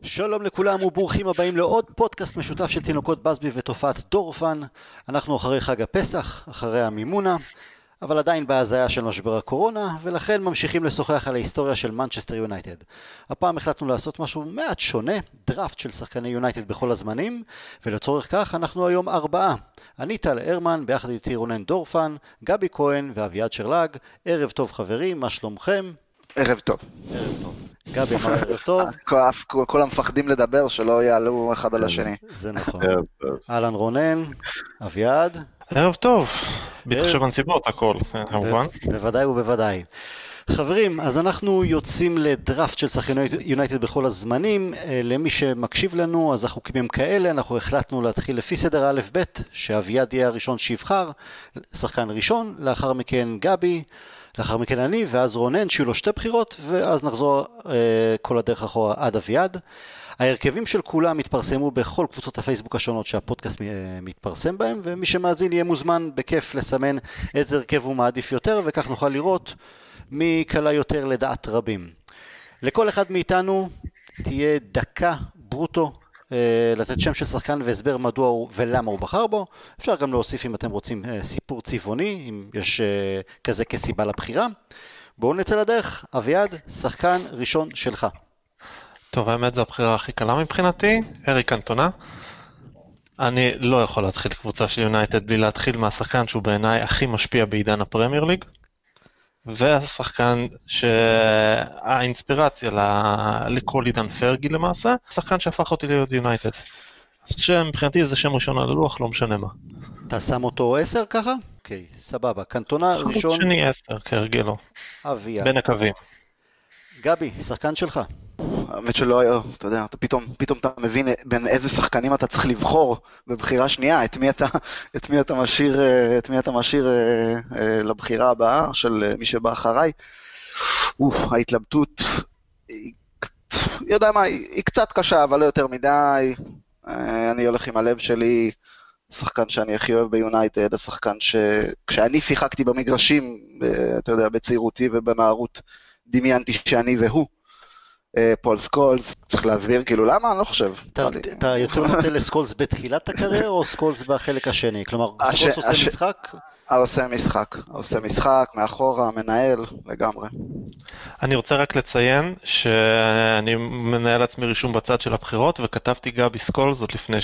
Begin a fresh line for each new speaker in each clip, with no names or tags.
שלום לכולם וברוכים הבאים לעוד פודקאסט משותף של תינוקות בסבי ותופעת דורפן. אנחנו אחרי חג הפסח, אחרי המימונה, אבל עדיין בהזיה של משבר הקורונה, ולכן ממשיכים לשוחח על ההיסטוריה של מנצ'סטר יונייטד. הפעם החלטנו לעשות משהו מעט שונה, דראפט של שחקני יונייטד בכל הזמנים, ולצורך כך אנחנו היום 4. אני טל הרמן, ביחד איתי רונן דורפן, גבי כהן ואביעד שרלג. ערב טוב חברים, מה שלומכם?
ערב טוב.
ערב טוב. גבי, מה ערב טוב?
כל המפחדים לדבר שלא יעלו אחד על השני.
זה נכון. אהלן רונן, אביעד.
ערב טוב, בהתחשב בנסיבות הכל, כמובן.
בוודאי ובוודאי. חברים, אז אנחנו יוצאים לדראפט של שחקני יונייטד בכל הזמנים. למי שמקשיב לנו, אז החוקים הם כאלה, אנחנו החלטנו להתחיל לפי סדר א' ב', שאביעד יהיה הראשון שיבחר, שחקן ראשון, לאחר מכן גבי, לאחר מכן אני, ואז רונן, שיהיו לו 2 בחירות, ואז נחזור כל הדרך אחורה עד אביעד. ההרכבים של כולם התפרסמו בכל קבוצות הפייסבוק השונות שהפודקאסט מתפרסם בהם, ומי שמאזין יהיה מוזמן בכיף לסמן איזה הרכב הוא מעדיף יותר, וכך נוכל לראות מי קלה יותר לדעת רבים. לכל אחד מאיתנו תהיה דקה ברוטו לתת שם של שחקן והסבר מדוע ולמה הוא בחר בו. אפשר גם להוסיף אם אתם רוצים סיפור צבעוני, אם יש כזה כסיבה לבחירה. בואו נצא לדרך. אביעד, שחקן ראשון שלך.
טוב, האמת זו הבחירה הכי קלה מבחינתי, אריק קנטונה. אני לא יכול להתחיל קבוצה של יונייטד בלי להתחיל מהשחקן שהוא בעיניי הכי משפיע בעידן הפרמייר ליג, והשחקן שהאינספירציה לכל עידן פרגי למעשה, שחקן שהפך אותי להיות יונייטד. שמבחינתי זה שם ראשון על הלוח, לא משנה מה.
אתה שם אותו 10 ככה? אוקיי, סבבה. קנטונה ראשון.
שני 10, כהרגלו.
אביעד.
בין הקווים.
גבי, שחקן שלך.
האמת שלא היה, אתה יודע, פתאום אתה מבין בין איזה שחקנים אתה צריך לבחור בבחירה שנייה, את מי אתה משאיר לבחירה הבאה של מי שבא אחריי. ההתלבטות, יודע מה, היא קצת קשה, אבל לא יותר מדי. אני הולך עם הלב שלי, השחקן שאני הכי אוהב ביונייטד, השחקן כשאני שיחקתי במגרשים, אתה יודע, בצעירותי ובנערות, דמיינתי שאני והוא. פול סקולס, צריך להסביר כאילו למה? אני לא חושב.
אתה יותר נוטה לסקולס בתחילת הקריירה או סקולס בחלק השני? כלומר, סקולס עושה משחק?
עושה משחק, מאחורה, מנהל, לגמרי. אני
רוצה רק לציין שאני מנהל עצמי רישום בצד של הבחירות, וכתבתי גבי סקולס זאת לפני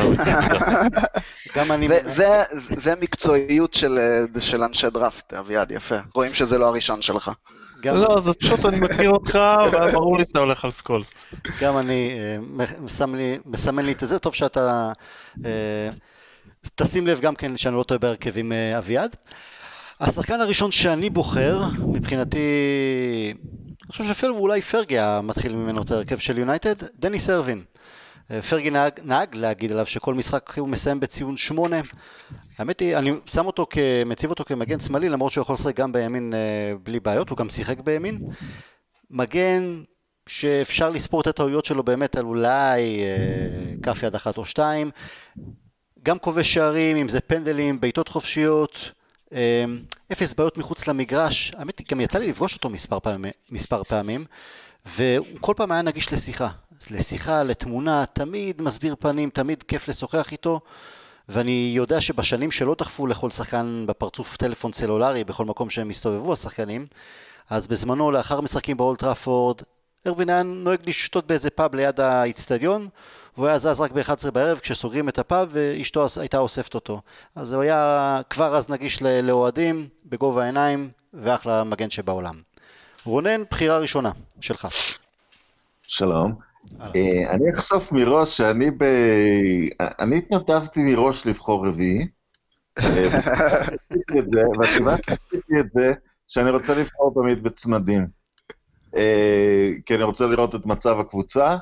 זה מקצועיות של אנשי דראפט, אביעד, יפה. רואים שזה לא הראשון שלך.
לא, זה פשוט אני מכיר אותך, וברור לי שאתה הולך על סקולס.
גם אני, מסמן לי את זה, טוב שאתה, תשים לב גם כן שאני לא טועה בהרכבים אביעד. השחקן הראשון שאני בוחר, מבחינתי, אני חושב שאפילו אולי פרגי מתחיל ממנו את ההרכב של יונייטד, דניס ארווין. פרגי נהג להגיד עליו שכל משחק הוא מסיים בציון 8. האמת היא, אני מציב אותו כמגן שמאלי, למרות שהוא יכול לשחק גם בימין בלי בעיות, הוא גם שיחק בימין. מגן שאפשר לספור את הטעויות שלו באמת על אולי כף יד 1 או 2. גם כובש שערים, אם זה פנדלים, בעיטות חופשיות, 0 בעיות מחוץ למגרש. האמת היא, גם יצא לי לפגוש אותו מספר פעמים, והוא כל פעם היה נגיש לשיחה, לתמונה, תמיד מסביר פנים, תמיד כיף לשוחח איתו. ואני יודע שבשנים שלא דחפו לכל שחקן בפרצוף טלפון סלולרי בכל מקום שהם הסתובבו השחקנים, אז בזמנו לאחר משחקים באולד טראפורד, ארווין היה נוהג לשתות באיזה פאב ליד האצטדיון, והוא היה זז רק ב-11 בערב כשסוגרים את הפאב ואשתו הייתה אוספת אותו. אז הוא היה כבר אז נגיש לאוהדים בגובה העיניים ואחלה מגן שבעולם. רונן, בחירה ראשונה שלך.
שלום. אני אחשוף מראש שאני התנתבתי מראש לבחור רביעי, והסיבה שעשיתי את זה, שאני רוצה לבחור תמיד בצמדים, כי אני רוצה לראות את מצב הקבוצה,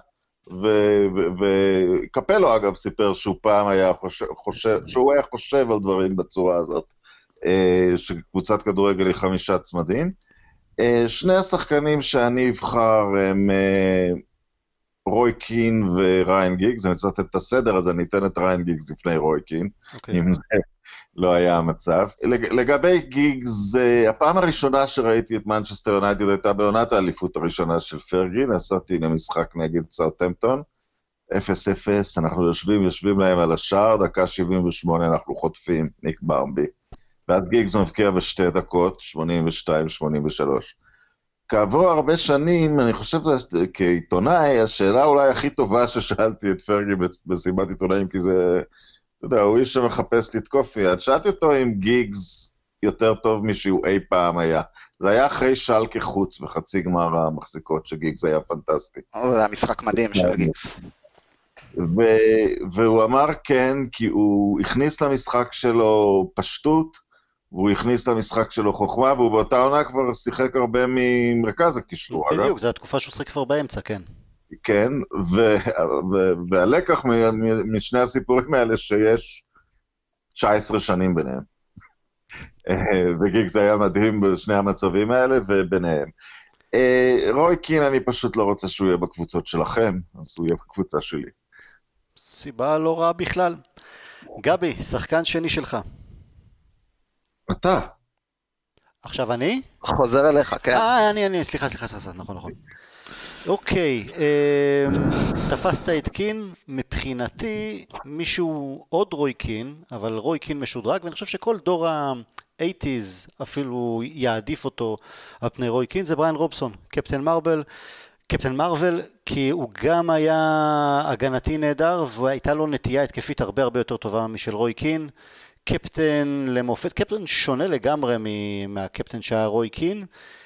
וקפלו אגב סיפר שהוא פעם היה חושב על דברים בצורה הזאת, שקבוצת כדורגל היא 5 צמדים. שני השחקנים שאני אבחר הם רוי קין וריין גיגס, אני צריך לתת את הסדר, אז אני אתן את ריין גיגס לפני רוי קין, אם זה לא היה המצב. לגבי גיגס, הפעם הראשונה שראיתי את מנצ'סטר יונייטד הייתה בעונת האליפות הראשונה של פרגי, נסעתי למשחק נגד סאות'המפטון, 0-0, אנחנו יושבים להם על השער, דקה 78 אנחנו חוטפים, ניק ברמבי, ואז גיגס מבקיע בשתי דקות, 82-83. כעבור הרבה שנים, אני חושב כעיתונאי, השאלה אולי הכי טובה ששאלתי את פרגי בסיבת עיתונאים, כי זה, אתה יודע, הוא איש שמחפש לתקוף יד, שאלתי אותו אם גיגס יותר טוב משהוא אי פעם היה. זה היה אחרי שלקה חוץ בחצי גמר המחזיקות, שגיגס היה פנטסטי.
זה היה משחק מדהים של גיגס.
והוא אמר כן, כי הוא הכניס למשחק שלו פשטות, והוא הכניס למשחק שלו חוכמה, והוא באותה עונה כבר שיחק הרבה ממרכז הקישור.
בדיוק, זו התקופה שהוא שיחק כבר באמצע, כן.
כן, והלקח משני הסיפורים האלה שיש 19 שנים ביניהם. וגיגס היה מדהים בשני המצבים האלה וביניהם. רוי קין, אני פשוט לא רוצה שהוא יהיה בקבוצות שלכם, אז הוא יהיה בקבוצה שלי.
סיבה לא רעה בכלל. גבי, שחקן שני שלך.
אתה.
עכשיו אני?
חוזר אליך, כן.
אני, סליחה, נכון. אוקיי, תפסת את קין, מבחינתי מישהו עוד רוי קין, אבל רוי קין משודרג, ואני חושב שכל דור ה-80s אפילו יעדיף אותו על פני רוי קין, זה בריין רובסון, קפטן מרוול, כי הוא גם היה הגנתי נהדר, והייתה לו נטייה התקפית הרבה יותר טובה משל רוי קין, קפטן למופת, קפטן שונה לגמרי מהקפטן שהיה רוי קין,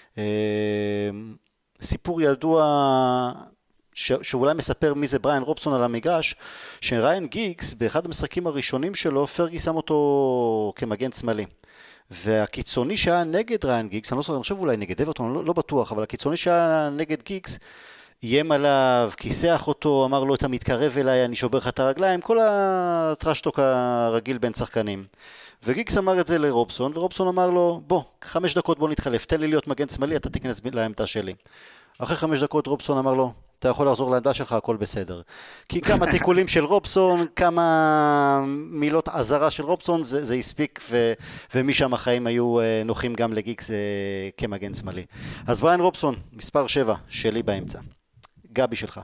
סיפור ידוע שאולי מספר מי זה בריין רובסון על המגרש, שריין גיגס באחד המשחקים הראשונים שלו, פרגי שם אותו כמגן שמאלי. והקיצוני שהיה נגד ריין גיגס, אני חושב אולי נגד אברטון, לא בטוח, אבל הקיצוני שהיה נגד גיגס, איים עליו, כיסח אותו, אמר לו אתה מתקרב אליי, אני שובר לך את הרגליים, כל הטרשטוק הרגיל בין שחקנים. וגיגס אמר את זה לרובסון, ורובסון אמר לו, בוא, 5 דקות בוא נתחלף, תן לי להיות מגן שמאלי, אתה תיכנס לעמדה שלי. אחרי 5 דקות רובסון אמר לו, אתה יכול לחזור לעמדה שלך, הכל בסדר. כי כמה תיקולים של רובסון, כמה מילות עזרה של רובסון, זה הספיק, ומשם החיים היו נוחים גם לגיגס כמגן שמאלי. אז בריין רובסון, מספר 7, שלי באמצע. גבי שלך.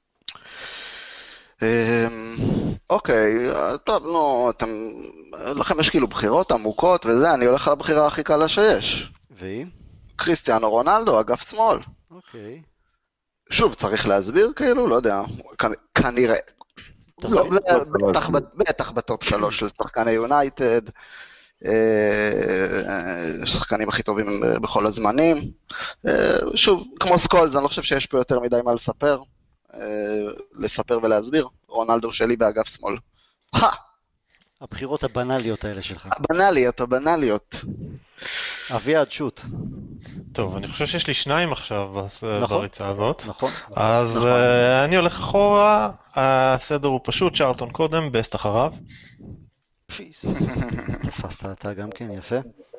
אוקיי, טוב, נו, לכם יש כאילו בחירות עמוקות וזה, אני הולך על הבחירה הכי קלה שיש.
והיא?
קריסטיאנו רונלדו, אגף שמאל.
אוקיי.
שוב, צריך להסביר כאילו, לא יודע, כנראה. בטח בטופ 3 של שחקני יונייטד, שחקנים הכי טובים בכל הזמנים. שוב, כמו סקולס, אני לא חושב שיש פה יותר מדי מה לספר ולהסביר. רונלדו שלי באגף שמאל.
הבחירות הבנאליות האלה שלך.
הבנאליות.
אביעד, שוט.
טוב, אני חושב שיש לי 2 עכשיו בריצה הזאת.
נכון.
אז אני הולך אחורה, הסדר הוא פשוט, צ'ארלטון קודם, בסט אחריו.
תפסת אתה גם כן, יפה.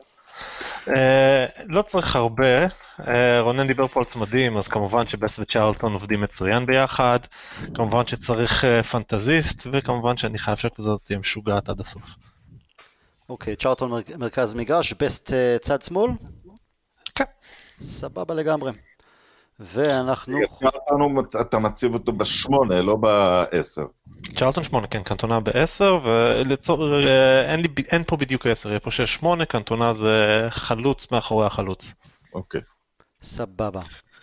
לא צריך הרבה, רונן דיבר פה על צמדים, אז כמובן שבסט וצ'ארלטון עובדים מצוין ביחד, כמובן שצריך פנטזיסט, וכמובן שאני חייב שהקבוצה הזאת תהיה משוגעת עד הסוף.
אוקיי, צ'ארלטון מרכז מגרש, בסט צד שמאל?
כן.
סבבה לגמרי. ואנחנו...
אתה מציב אותו ב8, לא ב10.
צ'ארלטון 8, כן, קנטונה ב10, ואין פה בדיוק 10, יהיה פה 6-8, קנטונה זה חלוץ מאחורי החלוץ.
אוקיי.
סבבה.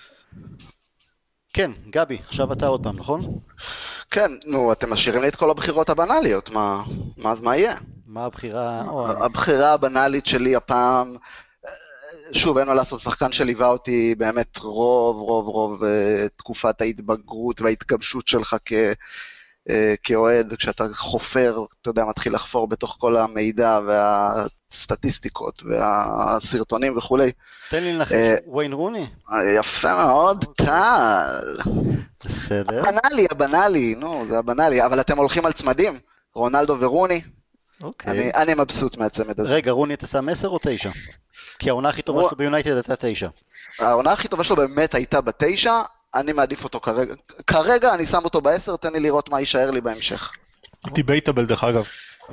כן, גבי, עכשיו אתה עוד פעם, נכון?
כן, נו, אתם משאירים לי את כל הבחירות הבנאליות, מה יהיה?
מה הבחירה?
הבחירה הבנאלית שלי הפעם... שוב, אין מה לעשות, שחקן שליווה אותי באמת רוב תקופת ההתבגרות וההתגבשות שלך כאוהד, כשאתה חופר, אתה יודע, מתחיל לחפור בתוך כל המידע והסטטיסטיקות והסרטונים וכו'.
תן לי לנחש, וויין רוני?
יפה מאוד, טל.
בסדר.
הבנאלי, נו, זה הבנאלי, אבל אתם הולכים על צמדים, רונלדו ורוני.
אוקיי.
אני מבסוט מהצמד הזה.
רגע, רוני אתה שם 10 או 9? כי העונה הכי טובה שלו ביונייטד הייתה 9.
העונה הכי טובה שלו באמת הייתה ב9, אני מעדיף אותו כרגע. כרגע אני שם אותו ב10, תן לי לראות מה יישאר לי בהמשך.
דיבייטבל דרך אגב.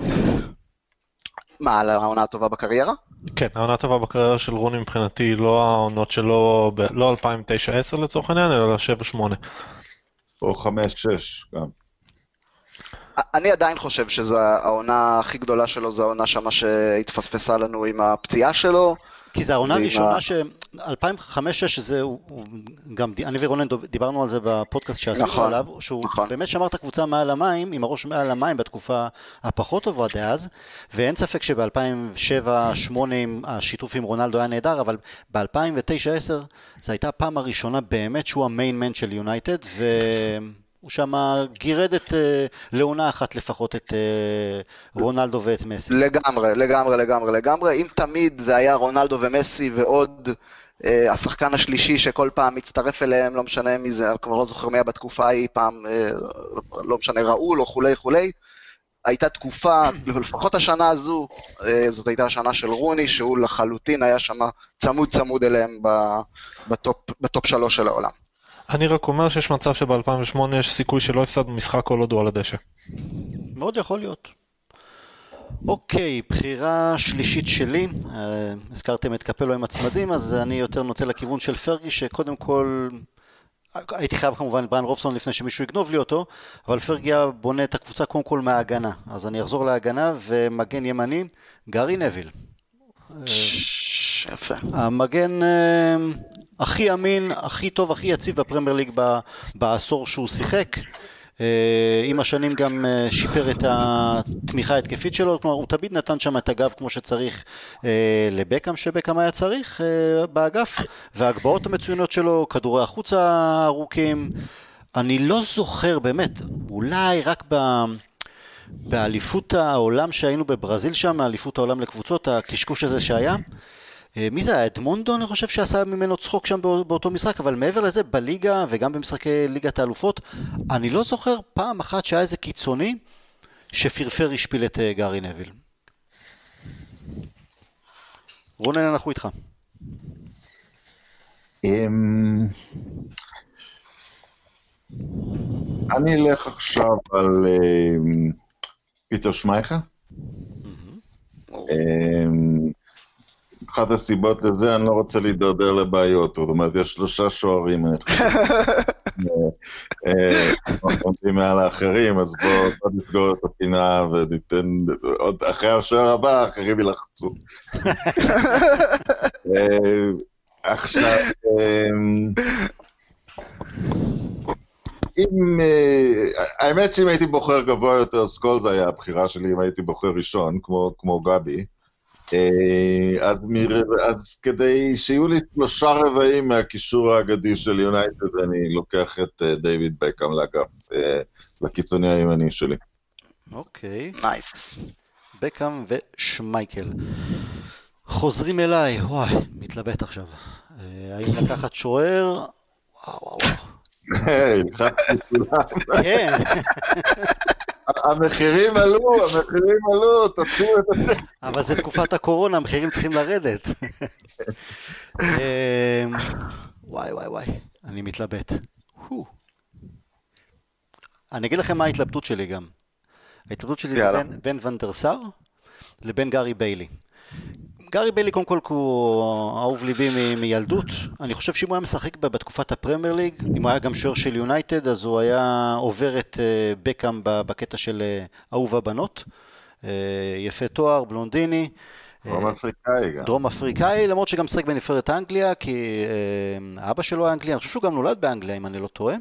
מה, על העונה הטובה בקריירה?
כן, העונה הטובה בקריירה של רוני מבחינתי לא העונות שלו, לא 2009-10 לצורך העניין, אלא 7-8.
או 5-6 גם.
אני עדיין חושב שזו העונה הכי גדולה שלו, זו העונה שמה שהתפספסה לנו עם הפציעה שלו.
כי זו העונה הראשונה ש-2005-2006 זה, גם אני ורונן דיברנו על זה בפודקאסט שעשינו עליו, שהוא באמת שמר את הקבוצה מעל המים, עם הראש מעל המים בתקופה הפחות טובה דאז, ואין ספק שב-2007-2008 השיתוף עם רונלדו היה נהדר, אבל ב-2009-2010 זו הייתה הפעם הראשונה באמת שהוא המיין מן של יונייטד, הוא שם גירד את לעונה אחת לפחות את רונלדו ואת מסי.
לגמרי. אם תמיד זה היה רונלדו ומסי ועוד השחקן השלישי שכל פעם מצטרף אליהם, לא משנה מי זה, כבר לא זוכר מי בתקופה ההיא, פעם, לא משנה, ראול או כולי, הייתה תקופה, לפחות השנה הזו, זאת הייתה השנה של רוני, שהוא לחלוטין היה שם צמוד אליהם בטופ 3 של העולם.
אני רק אומר שיש מצב שב-2008 יש סיכוי שלא הפסד משחק כל עוד הוא על הדשא.
מאוד יכול להיות. אוקיי, בחירה שלישית שלי, הזכרתם את קפלו עם הצמדים, אז אני יותר נוטה לכיוון של פרגי, שקודם כל, הייתי חייב כמובן בריין רובסון לפני שמישהו יגנוב לי אותו, אבל פרגי בונה את הקבוצה קודם כל מההגנה, אז אני אחזור להגנה ומגן ימני, גארי נביל.
יפה.
המגן הכי אמין, הכי טוב, הכי יציב בפרמייר ליג בעשור שהוא שיחק. עם השנים גם שיפר את התמיכה ההתקפית שלו, כלומר הוא תמיד נתן שם את הגב כמו שצריך לבקאם, שבקאם היה צריך באגף, וההגבהות המצוינות שלו, כדורי החוץ הארוכים, אני לא זוכר באמת, אולי רק באליפות העולם שהיינו בברזיל שם, אליפות העולם לקבוצות, הקשקוש הזה שהיה, מי זה היה? אדמונדו אני חושב שעשה ממנו צחוק שם באותו משחק, אבל מעבר לזה בליגה וגם במשחקי ליגת האלופות, אני לא זוכר פעם אחת שהיה איזה קיצוני שפרפר השפיל את גארי נביל. רונן, אנחנו איתך.
אני אלך עכשיו על פיטר שמייכל. אחת הסיבות לזה, אני לא רוצה להידרדר לבעיות, זאת אומרת, יש 3 שוערים, עומדים מעל האחרים, אז בואו נסגור את הפינה וניתן, עוד אחרי השוער הבא, האחרים ילחצו. עכשיו, האמת שאם הייתי בוחר גבוה יותר, סקולס היה הבחירה שלי, אם הייתי בוחר ראשון, כמו גבי, אז כדי שיהיו לי 3 רבעים מהקישור האגדי של יונייטד, אני לוקח את דיוויד בקאם לאגף, לקיצוני הימני שלי.
אוקיי.
נייס.
בקאם ושמייקל. חוזרים אליי, וואי, מתלבט עכשיו. האם לקחת שוער? וואו.
היי, לחצתי כולם.
כן.
המחירים עלו, תציעו את זה.
אבל זה תקופת הקורונה, המחירים צריכים לרדת. וואי, אני מתלבט. אני אגיד לכם מה ההתלבטות שלי גם. ההתלבטות שלי זה בין ונדר סאר לבין גארי ביילי. גארי ביילי קודם כל הוא אהוב ליבי מילדות, אני חושב שאם הוא היה משחק בתקופת הפרמייר ליג, אם הוא היה גם שוער של יונייטד, אז הוא היה עובר את בקאם בקטע של אהוב הבנות, יפה תואר, בלונדיני, דרום אפריקאי, למרות שגם שחק בנבחרת אנגליה, כי אבא שלו היה אנגליה, אני חושב שהוא גם נולד באנגליה אם אני לא טועה,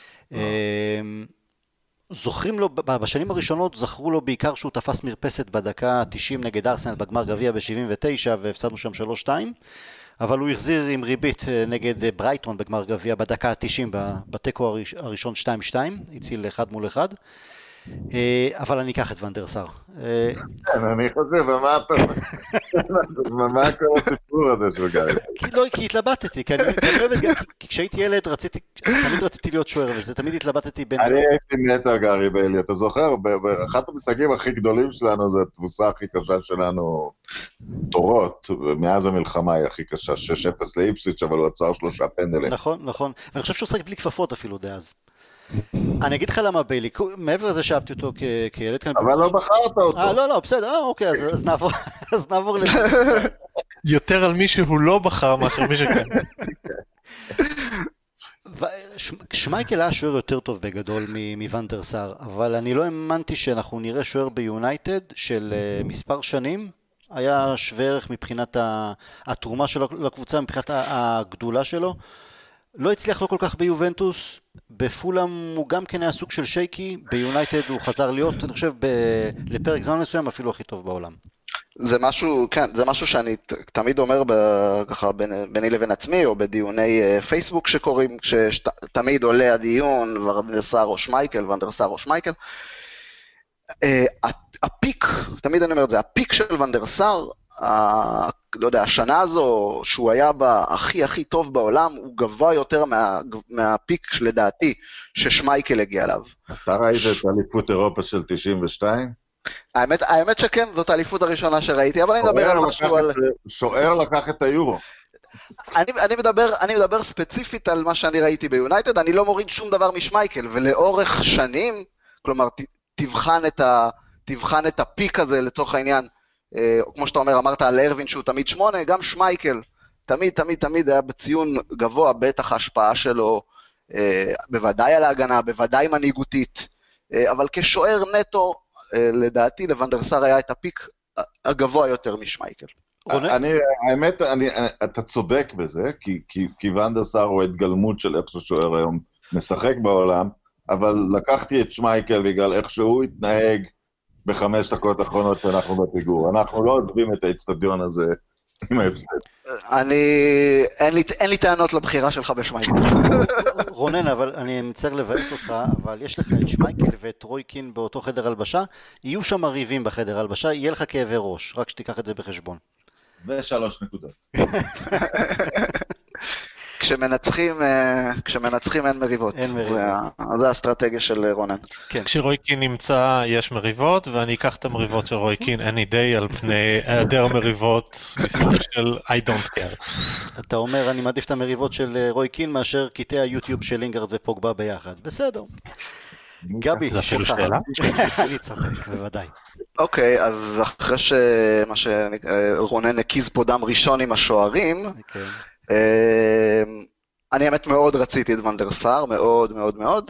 זוכרים לו, בשנים הראשונות זכרו לו בעיקר שהוא תפס מרפסת בדקה 90 נגד ארסנל בגמר גביע ב-79 והפסדנו שם 3-2, אבל הוא החזיר עם ריבית נגד ברייטון בגמר גביע בדקה 90 בתיקו הראשון 2-2, הציל 1 מול 1. אבל אני אקח את ונדר סאר.
כן, אני חושב, מה כל הסיפור הזה של גארי?
כי התלבטתי, כי כשהייתי ילד תמיד רציתי להיות שוער, וזה תמיד התלבטתי בין...
אני הייתי מת על גארי ביילי, אתה זוכר? באחת המשחקים הכי גדולים שלנו, זו התבוסה הכי קשה שלנו, תורות, מאז המלחמה היא הכי קשה, 6-0 לאיפסיץ', אבל הוא עצר 3 פנדלים.
נכון, ואני חושב שהוא שחק בלי כפפות אפילו דאז. אני אגיד לך למה ביילי, מעבר לזה שאהבתי אותו כילד כאן...
אבל לא בחרת אותו.
לא, בסדר, אוקיי, אז נעבור לזה.
יותר על מי שהוא לא בחר מאשר מי שכן.
שמייקל היה שוער יותר טוב בגדול מוונדר סאר, אבל אני לא האמנתי שאנחנו נראה שוער ביונייטד של מספר שנים, היה שווה ערך מבחינת התרומה שלו לקבוצה, מבחינת הגדולה שלו, לא הצליח לו כל כך ביובנטוס, בפולאם הוא גם כן היה סוג של שייקי, ביונייטד הוא חזר להיות, אני חושב, לפרק זמן מסוים אפילו הכי טוב בעולם.
זה משהו, כן, זה משהו שאני תמיד אומר ככה ביני לבין עצמי, או בדיוני פייסבוק שקוראים, כשתמיד עולה הדיון, ונדר סאר או שמייקל, הפיק, תמיד אני אומר את זה, הפיק של ונדר סאר, לא יודע, השנה הזו שהוא היה בה הכי טוב בעולם, הוא גבוה יותר מהפיק לדעתי ששמייקל הגיע אליו.
אתה ראית את אליפות אירופה של 92?
האמת שכן, זאת האליפות הראשונה שראיתי, אבל אני מדבר על משהו על...
שוער לקח את היורו.
אני מדבר ספציפית על מה שאני ראיתי ביונייטד, אני לא מוריד שום דבר משמייקל, ולאורך שנים, כלומר, תבחן את הפיק הזה לצורך העניין, כמו שאתה אומר, אמרת על ארווין שהוא תמיד 8, גם שמייקל, תמיד היה בציון גבוה, בטח ההשפעה שלו, בוודאי על ההגנה, בוודאי מנהיגותית, אבל כשוער נטו, לדעתי לוונדר סאר היה את הפיק הגבוה יותר משמייקל.
האמת, אתה צודק בזה, כי ונדר סאר הוא התגלמות של איך ששוער היום משחק בעולם, אבל לקחתי את שמייקל בגלל איך שהוא התנהג ב5 דקות האחרונות שאנחנו בפיגור. אנחנו לא עוזבים את האצטדיון הזה עם ההפסד.
אין לי טענות לבחירה שלך בשמייקל.
רונן, אבל אני מצטער לבאס אותך, אבל יש לך את שמייקל ואת רוי קין באותו חדר הלבשה, יהיו שם ריבים בחדר הלבשה, יהיה לך כאבי ראש, רק שתיקח את זה בחשבון.
ו3 נקודות.
כשמנצחים אין מריבות. זה האסטרטגיה של רונן.
כשרוי קין נמצא יש מריבות, ואני אקח את המריבות של רוי קין any day על פני היעדר מריבות מסוג של I don't care.
אתה אומר אני מעדיף את המריבות של רוי קין מאשר קטעי היוטיוב של לינגארד ופוגבה ביחד. בסדר. גבי,
זה אפילו שאלה?
אני צוחק, בוודאי.
אוקיי, אז אחרי שמה שרונן הקיז פה דם ראשון עם השוערים, אני האמת מאוד רציתי את ונדר סאר, מאוד מאוד מאוד.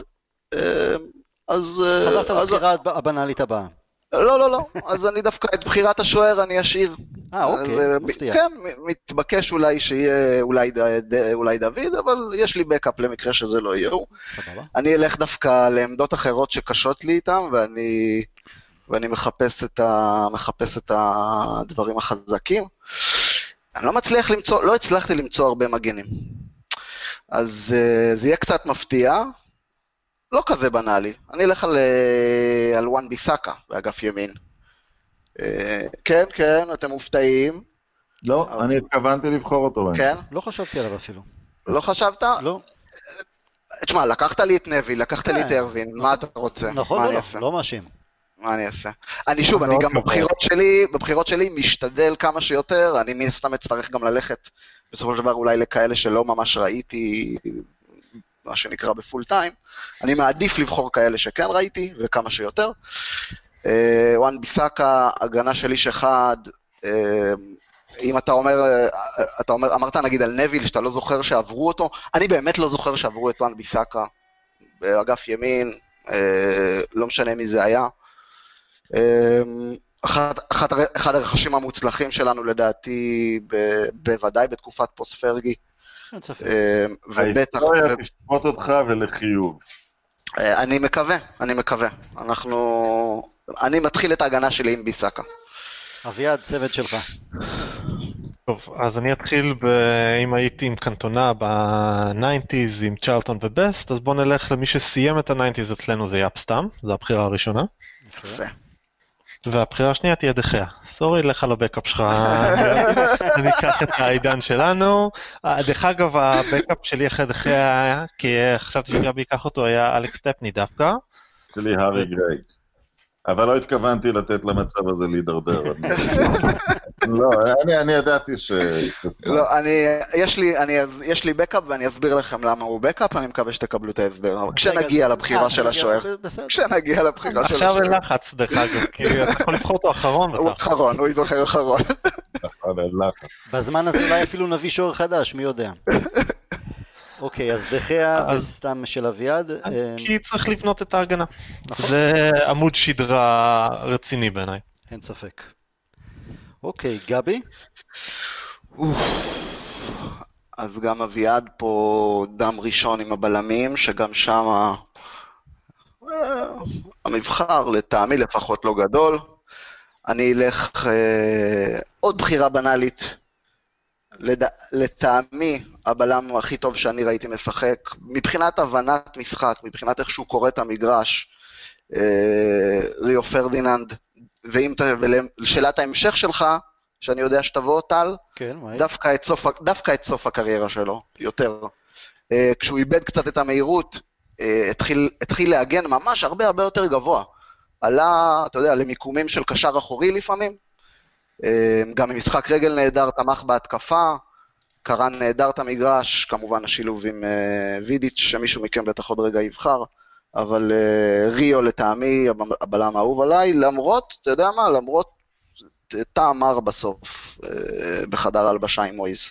חזרת לבחירה הבנאלית הבאה.
לא, אז אני דווקא את בחירת השוער אני אשאיר.
אוקיי, מפתיע.
כן, מתבקש אולי שיהיה אולי דוד, אבל יש לי בקאפ למקרה שזה לא יהיו.
סבבה.
אני אלך דווקא לעמדות אחרות שקשות לי איתם, ואני מחפש את הדברים החזקים. אני לא הצלחתי למצוא הרבה מגנים. אז זה יהיה קצת מפתיע, לא כזה בנאלי. אני אלך על וואן ביסאקה באגף ימין. כן, אתם מופתעים.
לא, אני התכוונתי לבחור אותו.
כן?
לא חשבתי עליו אפילו.
לא חשבת?
לא.
תשמע, לקחת לי את נביל, לקחת לי את ארווין, מה אתה רוצה?
נכון, לא מאשים.
מה אני אעשה? אני גם בבחירות שלי משתדל כמה שיותר, אני מן סתם אצטרך גם ללכת בסופו של דבר אולי לכאלה שלא ממש ראיתי, מה שנקרא בפול טיים, אני מעדיף לבחור כאלה שכן ראיתי וכמה שיותר. וואן ביסאקה, הגנה של איש אחד, אם אתה אמרת נגיד על נביל שאתה לא זוכר שעברו אותו, אני באמת לא זוכר שעברו את וואן ביסאקה באגף ימין, לא משנה מי זה היה. אחד הרכשים המוצלחים שלנו לדעתי, בוודאי בתקופת פוסט פרגי.
ההיסטוריה תשפוט אותך ולחיוב.
אני מקווה. אני מתחיל את ההגנה שלי עם ביסאקה.
אביעד, צוות שלך.
טוב, אז אני אתחיל אם הייתי עם קנטונה ב-90s עם צ'רלטון ובסט, אז בוא נלך למי שסיים את ה-90s אצלנו זה יאפסטאם, זו הבחירה הראשונה.
יפה.
והבחירה השנייה תהיה דחיה. סורי, לך על הבקאפ שלך, אני אקח את העידן שלנו. דרך אגב, הבקאפ שלי אחרי דחיה, כי חשבתי שגבי ייקח אותו, היה אלכס טפני דווקא.
שלי הארי גריי. אבל לא התכוונתי לתת למצב הזה להידרדר. לא, אני ידעתי ש...
לא, יש לי בקאפ ואני אסביר לכם למה הוא בקאפ, אני מקווה שתקבלו את ההסבר. כשנגיע לבחירה של השוער. כשנגיע לבחירה של השוער.
עכשיו אין לחץ, דרך אגב, כי אתה יכול לבחור אותו אחרון.
הוא אחרון, הוא יבחר אחרון.
בזמן הזה אולי אפילו נביא שוער חדש, מי יודע. אוקיי, אז דחיה וסתם של אביעד.
כי צריך לבנות את ההגנה. זה עמוד שדרה רציני בעיניי.
אין ספק. אוקיי, גבי?
אז גם אביעד פה דם ראשון עם הבלמים, שגם שם המבחר לטעמי לפחות לא גדול. אני אלך עוד בחירה בנאלית. לטעמי הבלם הכי טוב שאני ראיתי משחק, מבחינת הבנת משחק, מבחינת איך שהוא קורא את המגרש, ריו פרדיננד, ולשאלת ההמשך שלך, שאני יודע שתבוא טל,
כן,
דווקא את סוף הקריירה שלו, יותר. כשהוא איבד קצת את המהירות, התחיל להגן ממש הרבה יותר גבוה. עלה, אתה יודע, למיקומים של קשר אחורי לפעמים, גם ממשחק רגל נהדר, תמך בהתקפה, קרן נהדר את המגרש, כמובן השילוב עם וידיץ' שמישהו מכם בטח עוד רגע יבחר, אבל ריו לטעמי הבלם האהוב עליי, למרות, אתה יודע מה, למרות טעם מר בסוף, בחדר הלבשה עם מויז,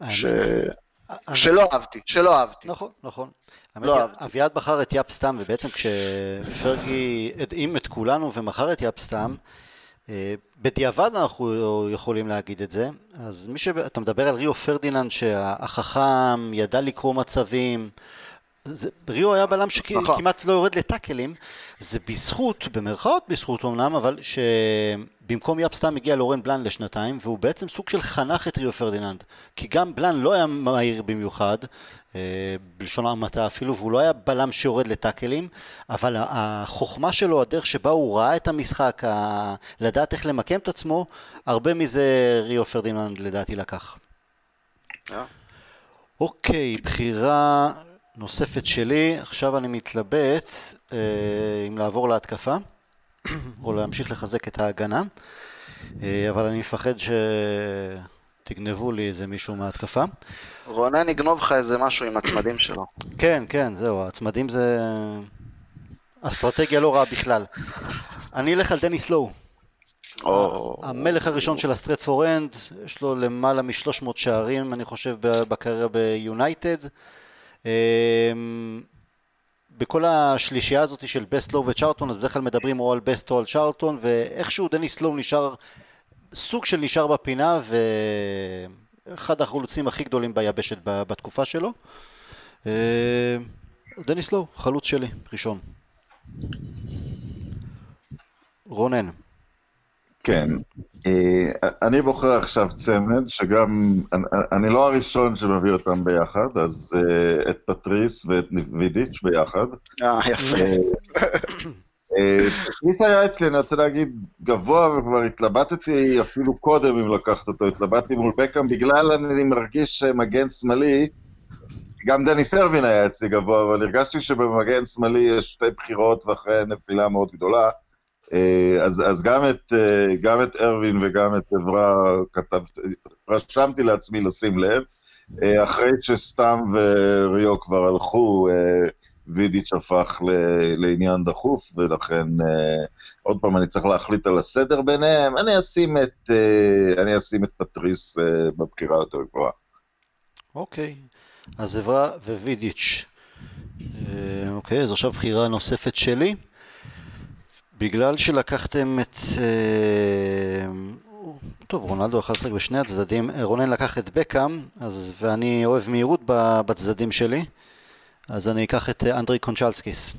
שלא אהבתי.
נכון. אביעד בחר את יאפסטאם, ובעצם כשפרגי הדעים את כולנו ומחר את יאפסטאם, בדיעבד אנחנו יכולים להגיד את זה. אז אתה מדבר על ריו פרדיננד שהחכם ידע לקרוא מצבים, ריו היה בלם שכמעט לא יורד לטאקלים, זה בזכות, במרכאות בזכות אמנם, אבל שבמקום יאפסטאם הגיע לורן בלן לשנתיים, והוא בעצם סוג של חנך את ריו פרדיננד, כי גם בלן לא היה מהיר במיוחד, בלשון המעטה אפילו, והוא לא היה בלם שיורד לטאקלים, אבל החוכמה שלו, הדרך שבה הוא ראה את המשחק, לדעת איך למקם את עצמו, הרבה מזה ריו פרדיננד לדעתי לקח. אוקיי, בחירה נוספת שלי, עכשיו אני מתלבט אם לעבור להתקפה, או להמשיך לחזק את ההגנה, אבל אני מפחד שתגנבו לי איזה מישהו מההתקפה.
רונן יגנוב לך איזה משהו עם הצמדים שלו.
כן, זהו, הצמדים זה אסטרטגיה לא רעה בכלל. אני אלך על דניס לואו. המלך הראשון של הסטרט פור אנד, יש לו למעלה מ-300 שערים, אני חושב, בקריירה ביונייטד. בכל השלישייה הזאת של בסט לואו וצ'ארלטון, אז בדרך כלל מדברים או על בסט או על צ'ארלטון, ואיכשהו דניס לואו נשאר, סוג של נשאר בפינה, ואחד החלוצים הכי גדולים ביבשת בתקופה שלו. דניס לואו, חלוץ שלי, ראשון. רונן.
כן, אני בוחר עכשיו צמד, שגם, אני לא הראשון שמביא אותם ביחד, אז את פטריס ואת וידיץ' ביחד.
יפה.
פטריס היה אצלי, אני רוצה להגיד, גבוה, וכבר התלבטתי אפילו קודם אם לקחת אותו, התלבטתי מול בקאם, בגלל אני מרגיש שמגן שמאלי, גם דניס ארווין היה אצלי גבוה, אבל הרגשתי שבמגן שמאלי יש שתי בחירות ואחרי נפילה מאוד גדולה, אז גם את ארווין וגם את עברה רשמתי לעצמי לשים לב, אחרי שסתם וריו כבר הלכו, וידיץ' הפך לעניין דחוף, ולכן עוד פעם אני צריך להחליט על הסדר ביניהם, אני אשים את פטריס בבחירה יותר גבוהה.
אוקיי, אז עברה ווידיץ'. אוקיי, אז עכשיו בחירה נוספת שלי. בגלל שלקחתם את... טוב, רונלדו יכול לשחק בשני הצדדים. רונן לקח את בקאם, ואני אוהב מהירות בצדדים שלי, אז אני אקח את אנדרי קונצ'לסקיס.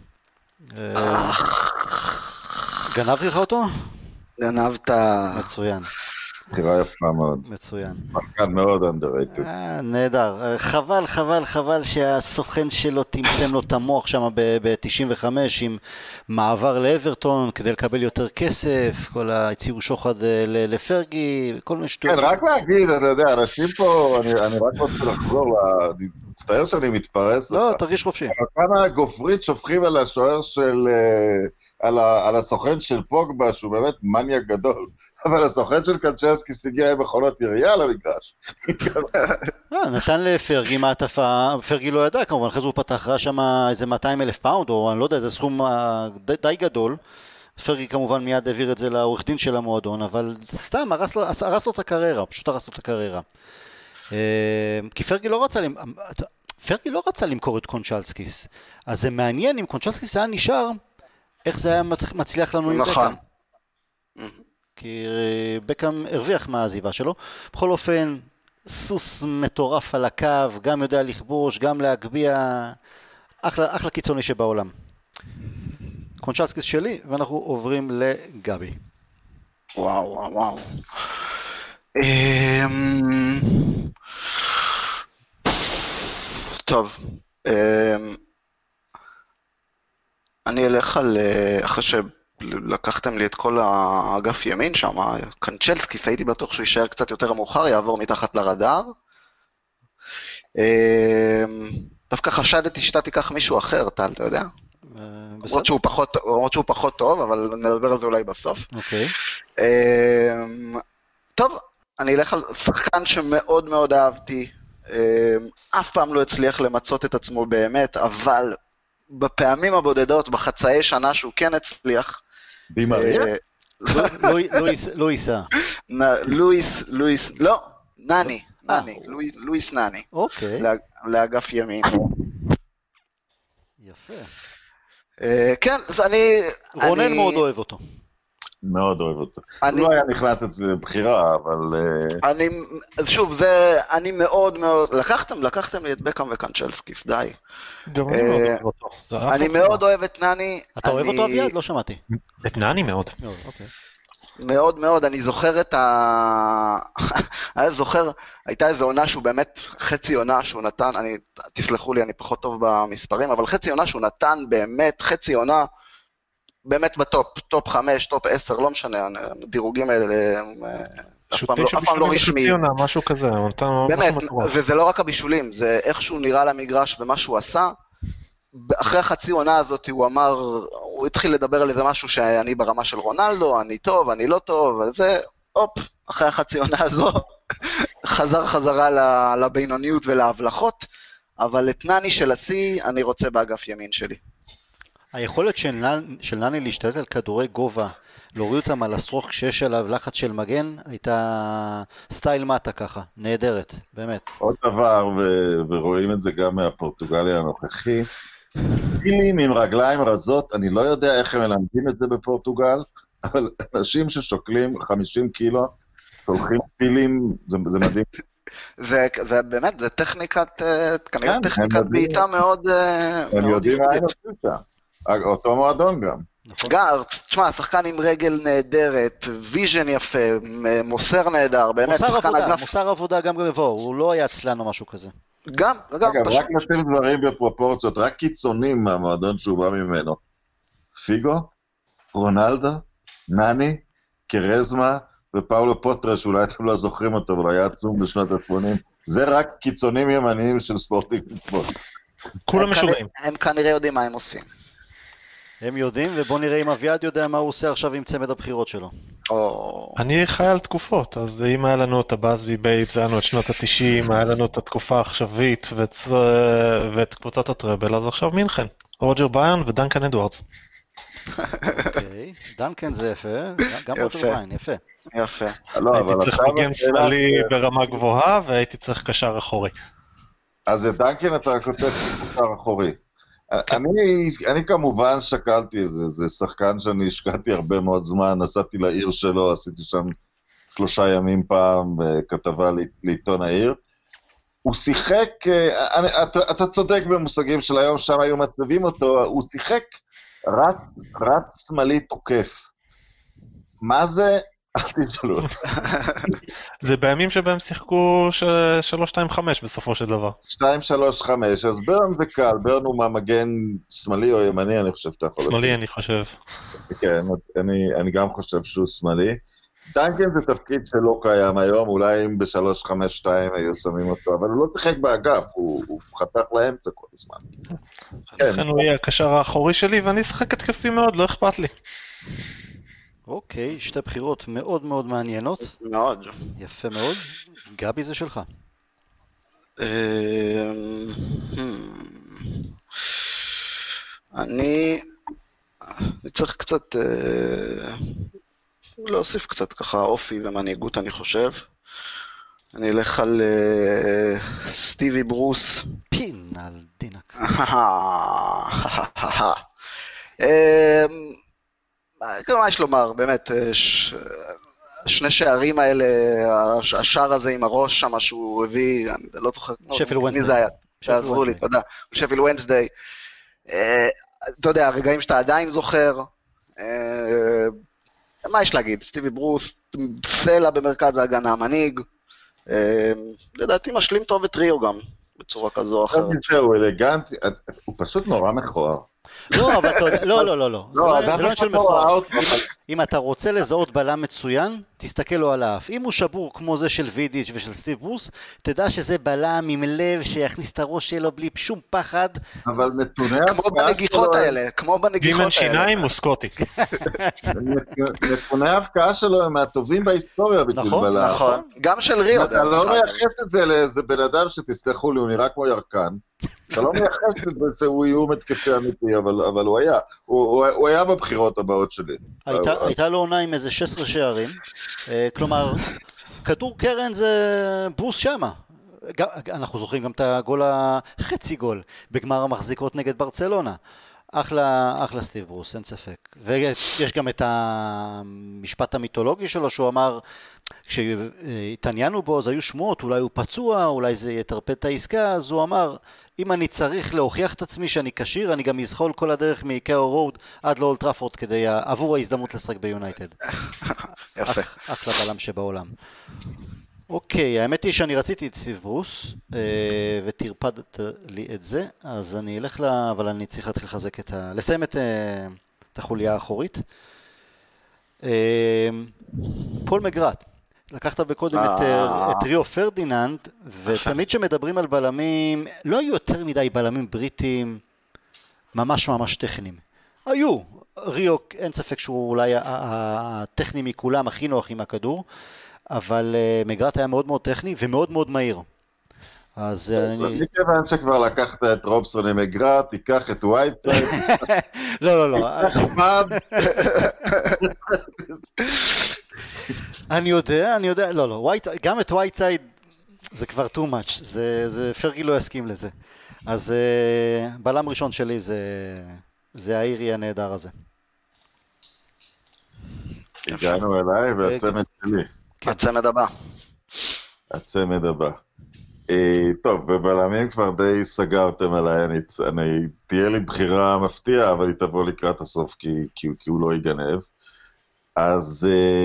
גנבתי לך אותו?
גנבת...
מצוין.
בחירה יפה מאוד.
מצוין.
שחקן מאוד underrated.
נהדר. חבל שהסוכן שלו טמטם לו את המוח שם ב-95 עם מעבר לאברטון כדי לקבל יותר כסף, כל הציעו שוחד לפרגי, כל מיני שטויות.
כן, רק להגיד, אתה יודע, אנשים פה, אני רק רוצה לחזור, אני מצטער שאני מתפרס.
לא, תרגיש חופשי.
אבל כמה גופרית שופכים על השוער של, על הסוכן של פוגבה, שהוא באמת מניאק גדול, אבל הסוכן של קנצ'סקיס הגיע עם מכונות ירייה למגרש.
נתן לפרגי מעטפה, פרגי לא ידע כמובן, אחרי זה הוא פתח רע שם איזה 200,000 פאונד, או אני לא יודע, איזה סכום די גדול, פרגי כמובן מיד העביר את זה לעורך דין של המועדון, אבל סתם הרס לו את הקריירה, פשוט הרס לו את הקריירה. כי פרגי לא רצה למכור את קונצ'לסקיס, אז זה מעניין אם קונצ'לסקיס היה נשאר, איך זה היה מצליח לנו עם בקאם. כי בקאם הרוויח מהעזיבה שלו. בכל אופן, סוס מטורף על הקו, גם יודע לכבוש, גם להגביע, אחלה קיצוני שבעולם. קונצ'לסקיס שלי, ואנחנו עוברים לגבי.
וואו. טוב. אני אלך על, אחרי שלקחתם לי את כל האגף ימין שם, קנצ'לסקיס, הייתי בטוח שהוא יישאר קצת יותר מאוחר, יעבור מתחת לרדאר. דווקא חשדתי שאתה תיקח מישהו אחר, טל, אתה יודע? למרות שהוא פחות טוב, אבל נדבר על זה אולי בסוף.
אוקיי.
טוב, אני אלך על שחקן שמאוד מאוד אהבתי, אף פעם לא הצליח למצות את עצמו באמת, אבל בפעמים הבודדות, בחצאי שנה שהוא כן הצליח.
דימריה?
לואיסה.
לואיס נני.
אוקיי.
לאגף ימין.
יפה.
כן, אז אני...
רונן מאוד אוהב אותו.
מאוד אוהב אותו. הוא לא היה נכנס אצלי לבחירה, אבל...
שוב, אני מאוד מאוד... לקחתם לי את בקאם וקנצ'לסקיס, די.
גם אני מאוד אוהב אותו.
אני מאוד אוהב את נני.
אתה אוהב אותו אביעד? לא שמעתי.
את נני מאוד.
אוקיי.
מאוד מאוד, אני זוכר הייתה איזו עונה שהוא באמת, חצי עונה שהוא נתן, תסלחו לי, אני פחות טוב במספרים, אבל חצי עונה שהוא נתן באמת, חצי עונה, באמת בטופ, טופ 5, טופ 10, לא משנה, הדירוגים האלה, אף פעם לא רשמי.
משהו כזה,
באמת, וזה לא רק הבישולים, זה איך שהוא נראה למגרש ומה שהוא עשה, אחרי החצי עונה הזאת הוא התחיל לדבר על איזה משהו שאני ברמה של רונלדו, אני טוב, אני לא טוב, וזה, אחרי החצי עונה הזו, חזרה לבינוניות ולהבלחות, אבל את נני של השיא אני רוצה באגף ימין שלי.
היכולת של נני להשתלט על כדורי גובה, להוריד אותם על הסרוך כשיש עליו לחץ של מגן, הייתה סטייל מטה ככה, נהדרת, באמת.
עוד דבר, ורואים את זה גם מהפורטוגלי הנוכחי, טילים עם רגליים רזות, אני לא יודע איך הם מלמדים את זה בפורטוגל, אבל אנשים ששוקלים 50 קילו, שולחים טילים, זה מדהים.
זה באמת, זה טכניקת, כנראה טכניקת בעיטה מאוד...
הם יודעים מה הם עושים שם. אותו מועדון גם.
תשמע, השחקן עם רגל נהדרת, ויז'ן יפה, מוסר נהדר, באמת שחקן אגף.
מוסר עבודה גם גבוה, הוא לא היה אצלנו משהו כזה.
גם,
אגב, רק נשים דברים בפרופורציות, רק קיצונים מהמועדון שהוא בא ממנו. פיגו, רונלדו, נני, קרזמה ופאולו פוטרה, שאולי אתם לא זוכרים אותו, אבל היה עצום בשנות ה-80. זה רק קיצונים ימניים של ספורטים.
כולם משוגעים.
הם כנראה יודעים מה הם עושים.
הם יודעים, ובוא נראה אם אביעד יודע מה הוא עושה עכשיו עם צמד הבחירות שלו.
אני חי על תקופות, אז אם היה לנו את הבאזבי בייבס, היה לנו את שנות ה-90, היה לנו את התקופה העכשווית ואת קבוצת הטראבל, אז עכשיו מינכן, רוג'ר ביירן ודנקן אדוארדס.
אוקיי, דנקן זה יפה, גם רוג'ר ביירן, יפה.
יפה.
הייתי צריך מגן שמאלי ברמה גבוהה, והייתי צריך קשר אחורי.
אז את דנקן אתה כותב קשר אחורי. אני כמובן שקלתי את זה, זה שחקן שאני השקעתי הרבה מאוד זמן, נסעתי לעיר שלו, עשיתי שם 3 ימים פעם בכתבה לעיתון העיר. הוא שיחק, אתה צודק במושגים של היום, שם היו מצבים אותו, הוא שיחק רץ שמאלי תוקף. מה זה אל תשאלו אותה.
זה בימים שבהם שיחקו 3-2-5 בסופו של דבר.
2-3-5, אז ברן זה קל, ברן הוא מהמגן שמאלי או ימני, אני חושב שאתה יכול לשים.
שמאלי אני חושב.
כן, אני גם חושב שהוא שמאלי. דנקן זה תפקיד שלא קיים היום, אולי אם ב-3-5-2 היו שמים אותו, אבל הוא לא שיחק באגף, הוא חתך לאמצע כל הזמן.
לכן הוא יהיה הקשר האחורי שלי, ואני אשחק התקפי מאוד, לא אכפת לי.
אוקיי, שתי בחירות מאוד מאוד מעניינות.
מאוד.
יפה מאוד. גבי זה שלך.
אני צריך קצת להוסיף קצת ככה אופי ומנהיגות, אני חושב. אני אלך על סטיבי ברוס.
פין על דינק.
מה יש לומר, באמת, שני שערים האלה, השער הזה עם הראש שם שהוא הביא, אני לא זוכר,
שפיל
מי זה היה? תעזרו לי, תודה. שפיל ונסדיי. אתה יודע, הרגעים שאתה עדיין זוכר, מה יש להגיד? סטיבי ברוס, סלע במרכז ההגנה, מנהיג, לדעתי משלים טוב את ריו גם, בצורה כזו או אחרת.
הוא אלגנטי, הוא פשוט נורא מכוער.
לא, אבל לא. זה לא של מכוער. אם אתה רוצה לזהות בלם מצוין, תסתכל לו על האף. אם הוא שבור כמו זה של וידיץ' ושל סטיב ברוס, תדע שזה בלם עם לב שיכניס את הראש שלו בלי שום פחד.
אבל נתוני
כמו בנגיחות האלה, כמו בנגיחות האלה.
גימן שיניים הוא סקוטי.
נתוני ההפקעה שלו הם מהטובים בהיסטוריה בשביל בלם.
נכון, גם של ריו.
אתה לא מייחס את זה לאיזה בן אדם שתסלחו לי, הוא נראה כמו ירקן. אתה לא מייחס את זה שהוא איום התקפי אמיתי, אבל הוא היה. הוא היה בבחירות הבאות שלי.
הייתה לו עונה עם איזה 16 שערים, כלומר, כדור קרן זה ברוס שמה. אנחנו זוכרים גם את הגול, החצי גול, בגמר המחזיקות נגד ברצלונה. אחלה סטיב ברוס, אין ספק. ויש גם את המשפט המיתולוגי שלו, שהוא אמר, כשהתעניינו בו, אז היו שמועות, אולי הוא פצוע, אולי זה יתרפד את העסקה, אז הוא אמר, אם אני צריך להוכיח את עצמי שאני קשיר, אני גם אזחול כל הדרך מאיקאו רוד עד לאולד טראפורד כדי עבור ההזדמנות לשחק ביונייטד.
יפה.
אחלה בלם שבעולם. אוקיי, האמת היא שאני רציתי את סטיב ברוס, ותרפדת לי את זה, אז אני אלך אבל אני צריך להתחיל לחזק לסיים את החוליה האחורית. פול מגרט. לקחת בקודם את ריו פרדיננד, ותמיד שמדברים על בלמים, לא היו יותר מדי בלמים בריטים ממש ממש טכניים. היו, ריו אין ספק שהוא אולי הטכני מכולם, הכי נוח עם הכדור, אבל מגרט היה מאוד מאוד טכני ומאוד מאוד מהיר. אז אני...
מכיוון שכבר לקחת את רובסון עם מגרט, תיקח את וייטסייד.
לא. אני יודע, לא, גם את וייטסייד זה כבר too much, פרגי לא יסכים לזה. אז בלם ראשון שלי זה האירי הנהדר הזה.
הגענו אליי והצמד שלי. הצמד הבא. טוב, בבלמים כבר די סגרתם עליי, תהיה לי בחירה מפתיעה, אבל היא תבוא לקראת הסוף כי הוא לא ייגנב. אז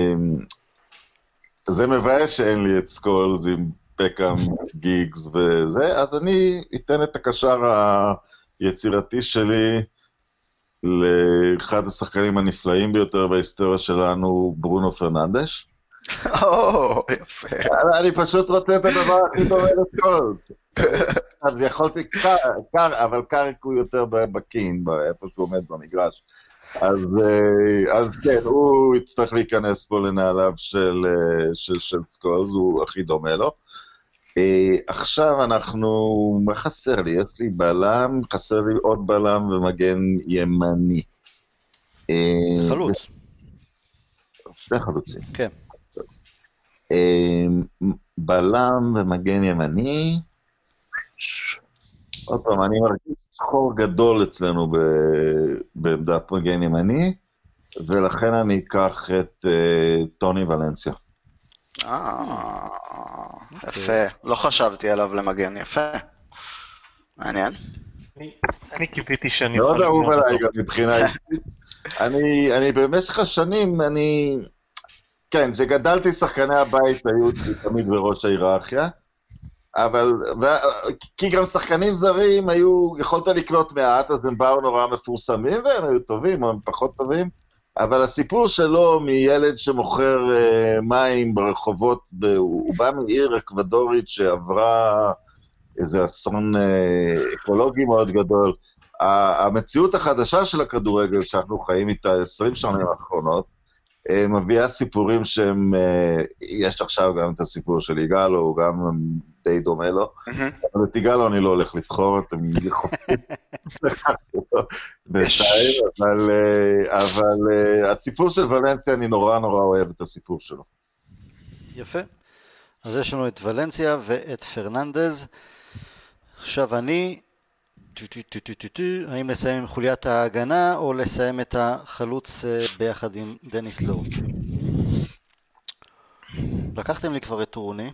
זה מבאס שאין לי את סקולס עם פקאם, גיגס וזה, אז אני אתן את הקשר היצירתי שלי לאחד השחקנים הנפלאים ביותר בהיסטוריה שלנו, ברונו פרננדש.
יפה.
אני פשוט רוצה את הדבר הכי דומה לסקולס. אז יכולתי אבל קאריק הוא יותר בקין, איפה שהוא עומד במגרש. אז כן, הוא יצטרך להיכנס פה לנעליו של סקולס, הוא הכי דומה לו. עכשיו מה חסר לי? יש לי בלם, חסר לי עוד בלם ומגן ימני.
חלוץ.
שני חלוצים.
כן.
בלם ומגן ימני. עוד פעם, אני מרגיש חור גדול אצלנו בעמדת מגן ימני, ולכן אני אקח את טוני ולנסיה.
יפה, לא חשבתי עליו למגן, יפה. מעניין.
אני קיוויתי שאני...
מאוד אהוב עליי גם מבחינה אישית. אני במשך השנים, כן, כשגדלתי שחקני הבית היו אצלי תמיד בראש ההיררכיה, כי גם שחקנים זרים יכולת לקנות מעט, אז הם באו נורא מפורסמים, והם היו טובים או הם פחות טובים, אבל הסיפור שלו מילד שמוכר מים ברחובות, הוא בא מעיר אקוודורית שעברה איזה אסון אקולוגי מאוד גדול. המציאות החדשה של הכדורגל שאנחנו חיים איתה 20 שנים האחרונות, מביאה סיפורים שהם, יש עכשיו גם את הסיפור של יגאלו, הוא גם די דומה לו, אבל את יגאלו אני לא הולך לבחור, אתם יכולים לקחת אותו בינתיים, אבל הסיפור של ולנסיה, אני נורא נורא אוהב את הסיפור שלו.
יפה. אז יש לנו את ולנסיה ואת פרננדז. עכשיו אני, האם לסיים עם חוליית ההגנה או לסיים את החלוץ ביחד עם דניס לואו? לקחתם לי כבר את טורוני.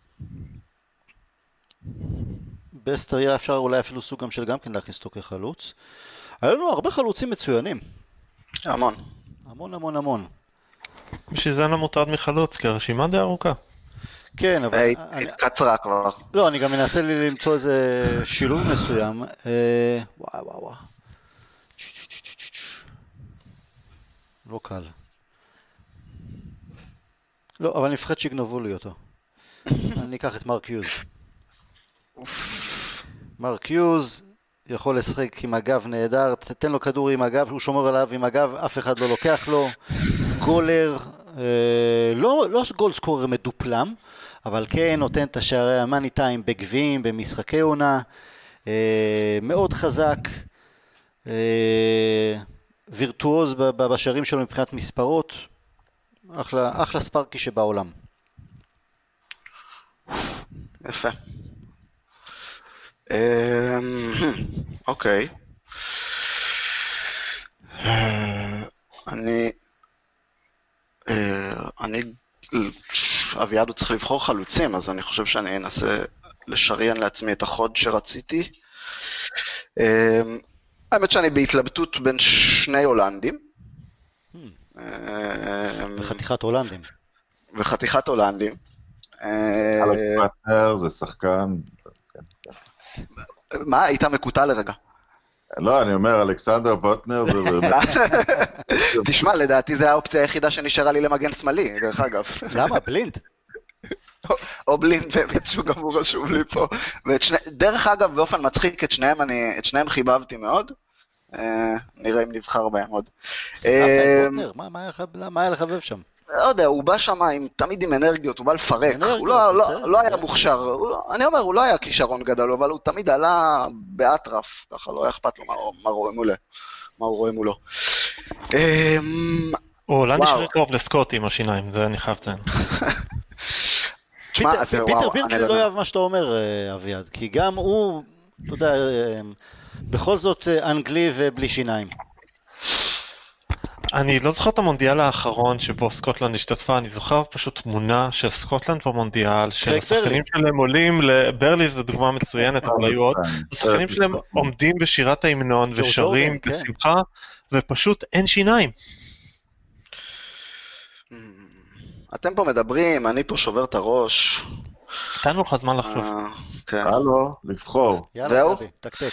בסטריה אפשר אולי אפילו סוג גם של גם כן להכניס אותו כחלוץ. היה לנו הרבה חלוצים מצוינים.
המון.
המון.
בשביל זה אני לא מוטרד מחלוץ, כי הרשימה די ארוכה.
כן, אבל...
התקצרה כבר.
לא, אני גם מנסה לי למצוא איזה שילוב מסוים. וואו. לא קל. לא, אבל אני מפחד שיגנבו לי אותו. אני אקח את מרק יוז. מרק יוז יכול לשחק עם הגב נהדר, תתן לו כדור עם הגב, הוא שומר עליו עם הגב, אף אחד לא לוקח לו. גולר, לא גול סקורר מדופלם, אבל כן נותן את השערי המאני טיים בגביעים, במשחקי עונה, מאוד חזק, וירטואוז בשערים שלו מבחינת מספרות, אחלה ספרקי שבעולם.
יפה. אוקיי. אביעד הוא צריך לבחור חלוצים, אז אני חושב שאני אנסה לשריין לעצמי את החוד שרציתי. האמת שאני בהתלבטות בין שני הולנדים. וחתיכת הולנדים.
אלכס בוטנר זה שחקן.
מה? היית מקוטע לרגע.
לא, אני אומר, אלכסנדר בוטנר זה...
תשמע, לדעתי זה האופציה היחידה שנשארה לי למגן שמאלי, דרך אגב.
למה? בלינד?
או בלינד, באמת שהוא גם הוא רשום לי פה. דרך אגב, באופן מצחיק, את שניהם חיבבתי מאוד. נראה אם נבחר בהם עוד.
מה היה לחבב שם?
לא יודע, הוא בא שם תמיד עם אנרגיות, הוא בא לפרק, הוא לא היה מוכשר, אני אומר, הוא לא היה כישרון גדול, אבל הוא תמיד עלה באטרף, ככה לא היה אכפת לו מה הוא רואה מולו.
הוא הולנדי שקרוב לסקוט עם השיניים, זה אני חייב לציין.
פיטר בירצי לא אוהב מה שאתה אומר, אביעד, כי גם הוא, אתה יודע, בכל זאת אנגלי ובלי שיניים.
אני לא זוכר את המונדיאל האחרון שבו סקוטלנד השתתפה, אני זוכר פשוט תמונה של סקוטלנד במונדיאל, שהשחקנים שלהם עולים, ברלי זו דוגמה מצוינת, אבל היו עוד, השחקנים שלהם עומדים בשירת ההמנון ושרים בשמחה, ופשוט אין שיניים.
אתם פה מדברים, אני פה שובר את הראש.
נתנו לך זמן לחשוב.
הלו, לבחור.
יאללה, תקתק.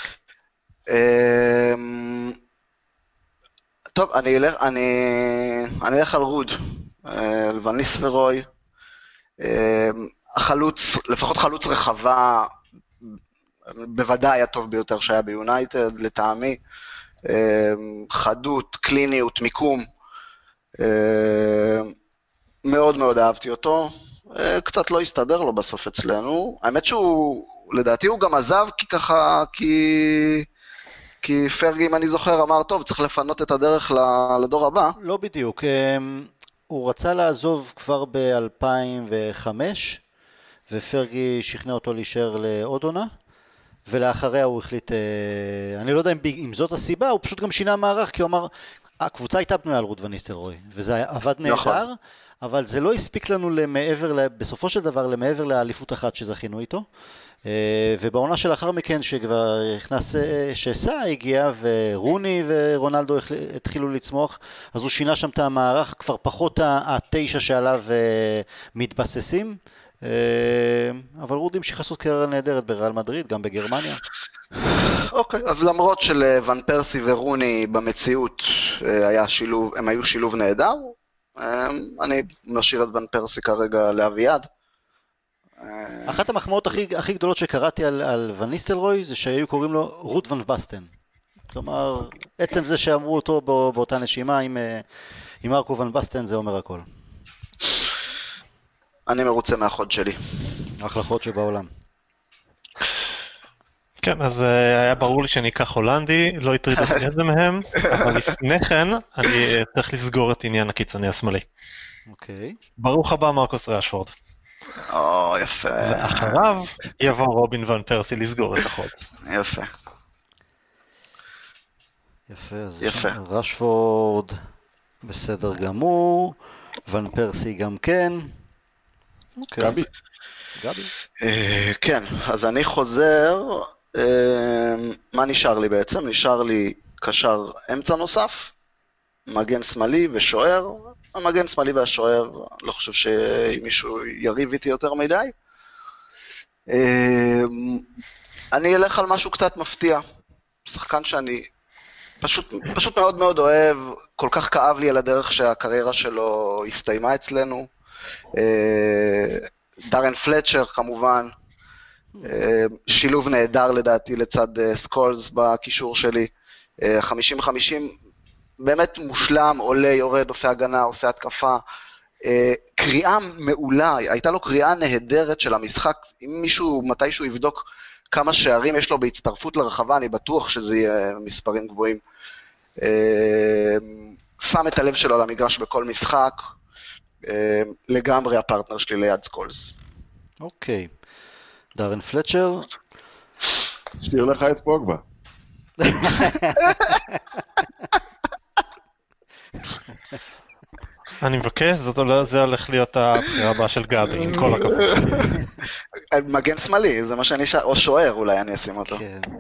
טוב, אני אלך על רוד, ון ניסלרוי, החלוץ, לפחות חלוץ רחבה, בוודאי הטוב ביותר שהיה ביונייטד, לטעמי, חדות, קליניות, מיקום, מאוד מאוד אהבתי אותו, קצת לא הסתדר לו בסוף אצלנו, האמת שהוא, לדעתי הוא גם עזב כי ככה, כי פרגי, אם אני זוכר, אמר, טוב, צריך לפנות את הדרך לדור הבא.
לא בדיוק. הוא רצה לעזוב כבר ב-2005, ופרגי שכנע אותו להישאר לעוד עונה, ולאחריה הוא החליט, אני לא יודע אם זאת הסיבה, הוא פשוט גם שינה מערך, כי הוא אמר, הקבוצה הייתה בנויה על רות וניסטלרוי, וזה עבד נהדר, אבל זה לא הספיק לנו בסופו של דבר למעבר לאליפות אחת שזכינו איתו, ובעונה שלאחר מכן שכבר הכנס, שסע הגיע ורוני ורונלדו התחילו לצמוח, אז הוא שינה שם את המערך, כבר פחות התשע שעליו מתבססים, אבל רודי המשיך לעשות קריירה נהדרת בריאל מדריד, גם בגרמניה.
אוקיי, אז למרות של ון פרסי ורוני במציאות הם היו שילוב נהדר, אני משאיר את ון פרסי כרגע לאביעד.
אחת המחמאות הכי גדולות שקראתי על ון ניסטלרוי זה שהיו קוראים לו רות ון בסטן. כלומר, עצם זה שאמרו אותו באותה נשימה עם מרקו ון בסטן זה אומר הכל.
אני מרוצה מהחוד שלי.
אחלה חוד שבעולם.
כן, אז היה ברור לי שאני אקח הולנדי, לא הטריד אותי איזה מהם, אבל לפני כן אני צריך לסגור את עניין הקיצוני השמאלי.
אוקיי.
ברוך הבא מרקוס רשפורד.
יפה.
ואחריו יבוא רובין ון פרסי לסגור את החוד.
יפה.
יפה, אז רשפורד בסדר גמור, ון פרסי גם כן.
גבי.
כן, אז אני חוזר, מה נשאר לי בעצם? נשאר לי קשר אמצע נוסף, מגן שמאלי ושוער. המגן שמאלי והשוער, לא חושב שמישהו יריב איתי יותר מדי. אני אלך על משהו קצת מפתיע, שחקן שאני פשוט מאוד מאוד אוהב, כל כך כאב לי על הדרך שהקריירה שלו הסתיימה אצלנו. דארן פלצ'ר כמובן, שילוב נהדר לדעתי לצד סקולס בקישור שלי, 50-50, באמת מושלם, עולה, יורד, עושה הגנה, עושה התקפה, קריאה מעולה, הייתה לו קריאה נהדרת של המשחק, אם מישהו מתישהו יבדוק כמה שערים יש לו בהצטרפות לרחבה, אני בטוח שזה יהיה מספרים גבוהים, שם את הלב שלו למגרש בכל משחק, לגמרי הפרטנר שלי ליד סקולס.
אוקיי, דארן פלצ'ר.
שתיר לך את פוגבה.
אני מבקש, זה הולך להיות הבחירה הבאה של גבי, עם כל הכבוד.
מגן שמאלי, זה מה שאני אשאר, או שוער אולי אני אשים אותו.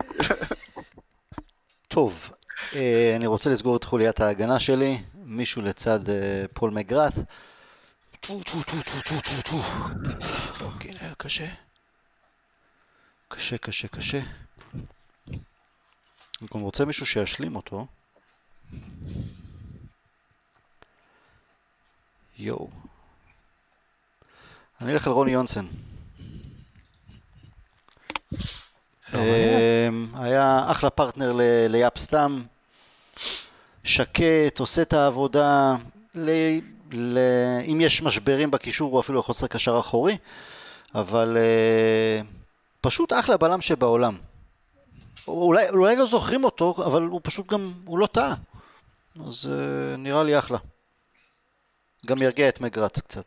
טוב, אני רוצה לסגור את חוליית ההגנה שלי, מישהו לצד פול מגראת. אוקיי, קשה. קשה. אני גם רוצה מישהו שישלים אותו. יואו. אני אלך על רוני יונסן. היה אחלה פרטנר ליאפ סטאם. שקט, עושה את העבודה. אם יש משברים בקישור הוא אפילו חוסר קשר אחורי. אבל פשוט אחלה בלם שבעולם. אולי לא זוכרים אותו, אבל הוא פשוט גם, הוא לא טעה. אז נראה לי אחלה. גם ירגיע את מגרט קצת.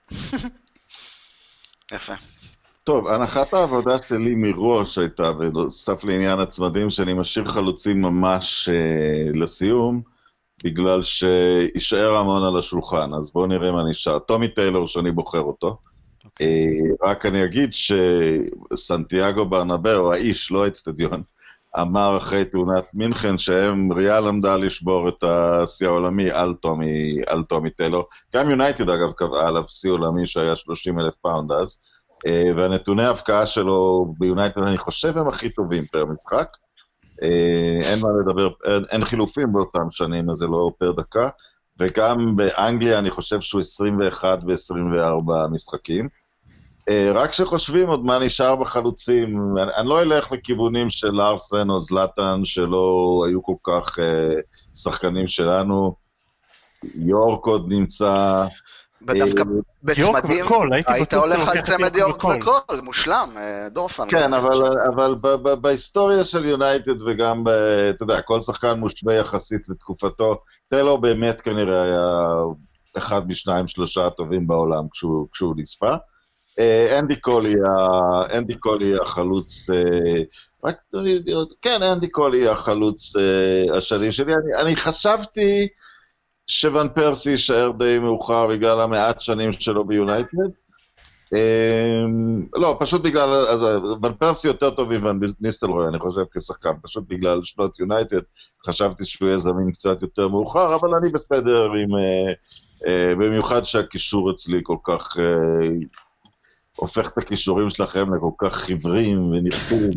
יפה.
טוב, הנחת העבודה שלי מראש הייתה, ונוסף לעניין הצמדים, שאני משאיר חלוצים ממש לסיום, בגלל שישאר המון על השולחן, אז בואו נראה מה נשאר. טומי טיילור שאני בוחר אותו. רק אני אגיד שסנטיאגו ברנבאו, האיש, לא האצטדיון, אמר אחרי תאונת מינכן שהם ריאל עמדה לשבור את השיא העולמי על טומי טיילור. גם יונייטד אגב קבעה עליו שיא עולמי שהיה 30,000 פאונד אז, והנתוני ההפקעה שלו ביונייטד אני חושב הם הכי טובים פר משחק. אין מה לדבר, אין חילופים באותם שנים, אז זה לא פר דקה, וגם באנגליה אני חושב שהוא 21 ו-24 משחקים. רק שחושבים עוד מה נשאר בחלוצים, אני לא אלך לכיוונים של ארסן או זלטן שלא היו כל כך שחקנים שלנו, יורק עוד נמצא,
דווקא בצמדים, היית הולך על צמד יורק וקול, מושלם, דורפן.
כן, אבל בהיסטוריה של יונייטד וגם, אתה יודע, כל שחקן מושווה יחסית לתקופתו, טיילור באמת כנראה היה אחד משניים שלושה הטובים בעולם כשהוא נספה. אנדי קולי החלוץ רק כן, אנדי קול היא החלוץ השני שלי. אני חשבתי שוון פרסי יישאר די מאוחר בגלל המעט שנים שלו ביונייטד. לא, פשוט בגלל, ון פרסי יותר טוב מוון ניסטלרוי, אני חושב כשחקן, פשוט בגלל שנות יונייטד, חשבתי שהוא יהיה זמין קצת יותר מאוחר, אבל אני בסדר עם, במיוחד שהקישור אצלי כל כך, הופך את הכישורים שלכם לכל כך חיוורים ונראים.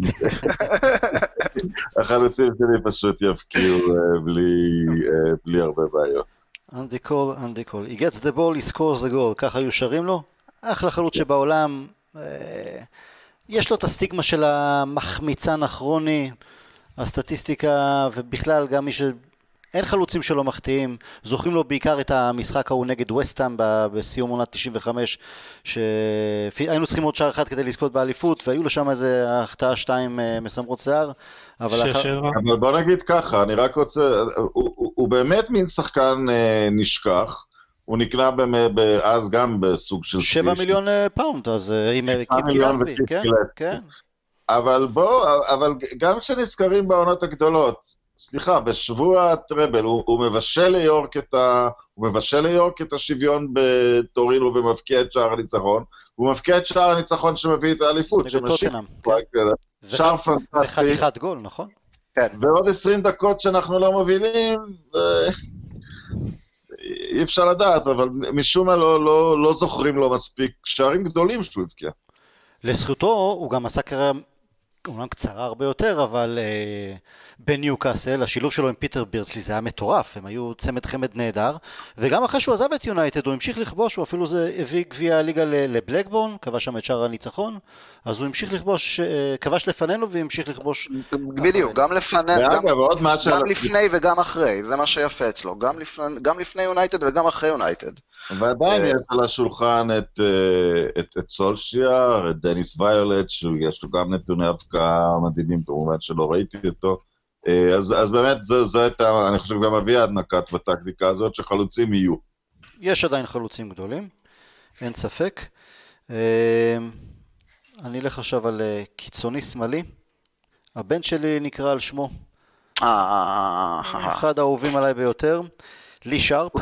החלוצים שלי פשוט יפקיעו בלי הרבה בעיות.
אנדי קול, he gets the ball, he scores the goal, ככה היו שרים לו? אחלה חלוץ שבעולם, יש לו את הסטיגמה של המחמיצן הכרוני, הסטטיסטיקה, ובכלל גם מי אין חלוצים שלא מחטיאים, זוכרים לו בעיקר את המשחק ההוא נגד וסטהאם בסיום עונת 95, שהיינו צריכים עוד שער אחד כדי לזכות באליפות, והיו לו שם איזה החטאה 2 מסמרות שיער, אבל
בוא נגיד ככה, אני רק רוצה, הוא באמת מין שחקן נשכח, הוא נקנה אז גם בסוג של
7 מיליון פאונד, אז עם קיט גילסבי, כן.
אבל גם כשנזכרים בעונות הגדולות, סליחה, בשבוע הטראבל, הוא מבשל ליורק את השוויון בטורינו ומבקיע את שער הניצחון, הוא מבקיע את שער הניצחון שמביא את האליפות,
טוטנהאם,
שער פנטסטי.
וחתיכת גול, נכון?
ועוד 20 דקות שאנחנו לא מובילים, אי אפשר לדעת, אבל משום מה לא זוכרים לו מספיק שערים גדולים שהוא הבקיע.
לזכותו, הוא גם עשה קריירה אומנם קצרה הרבה יותר, אבל בניוקאסל, השילוב שלו עם פיטר בירצלי זה היה מטורף, הם היו צמד חמד נהדר, וגם אחרי שהוא עזב את יונייטד, הוא המשיך לכבוש, הוא אפילו הביא גביע הליגה לבלקבורן, כבש שם את שער הניצחון, אז הוא המשיך לכבוש, כבש לפנינו והמשיך לכבוש.
בדיוק, גם לפני וגם אחרי, זה מה שיפה אצלו, גם לפני יונייטד וגם אחרי יונייטד.
ועדיין יש על השולחן את סולשייר, את דניס ויולט, שיש לו גם נתוני הבקעה מדהימים, כמובן שלא ראיתי אותו. אז באמת, אני חושב גם אביעד נקט בטקטיקה הזאת, שחלוצים יהיו.
יש עדיין חלוצים גדולים, אין ספק. אני אלך עכשיו על קיצוני שמאלי. הבן שלי נקרא על שמו. אחד האהובים עליי ביותר. לי שרפ.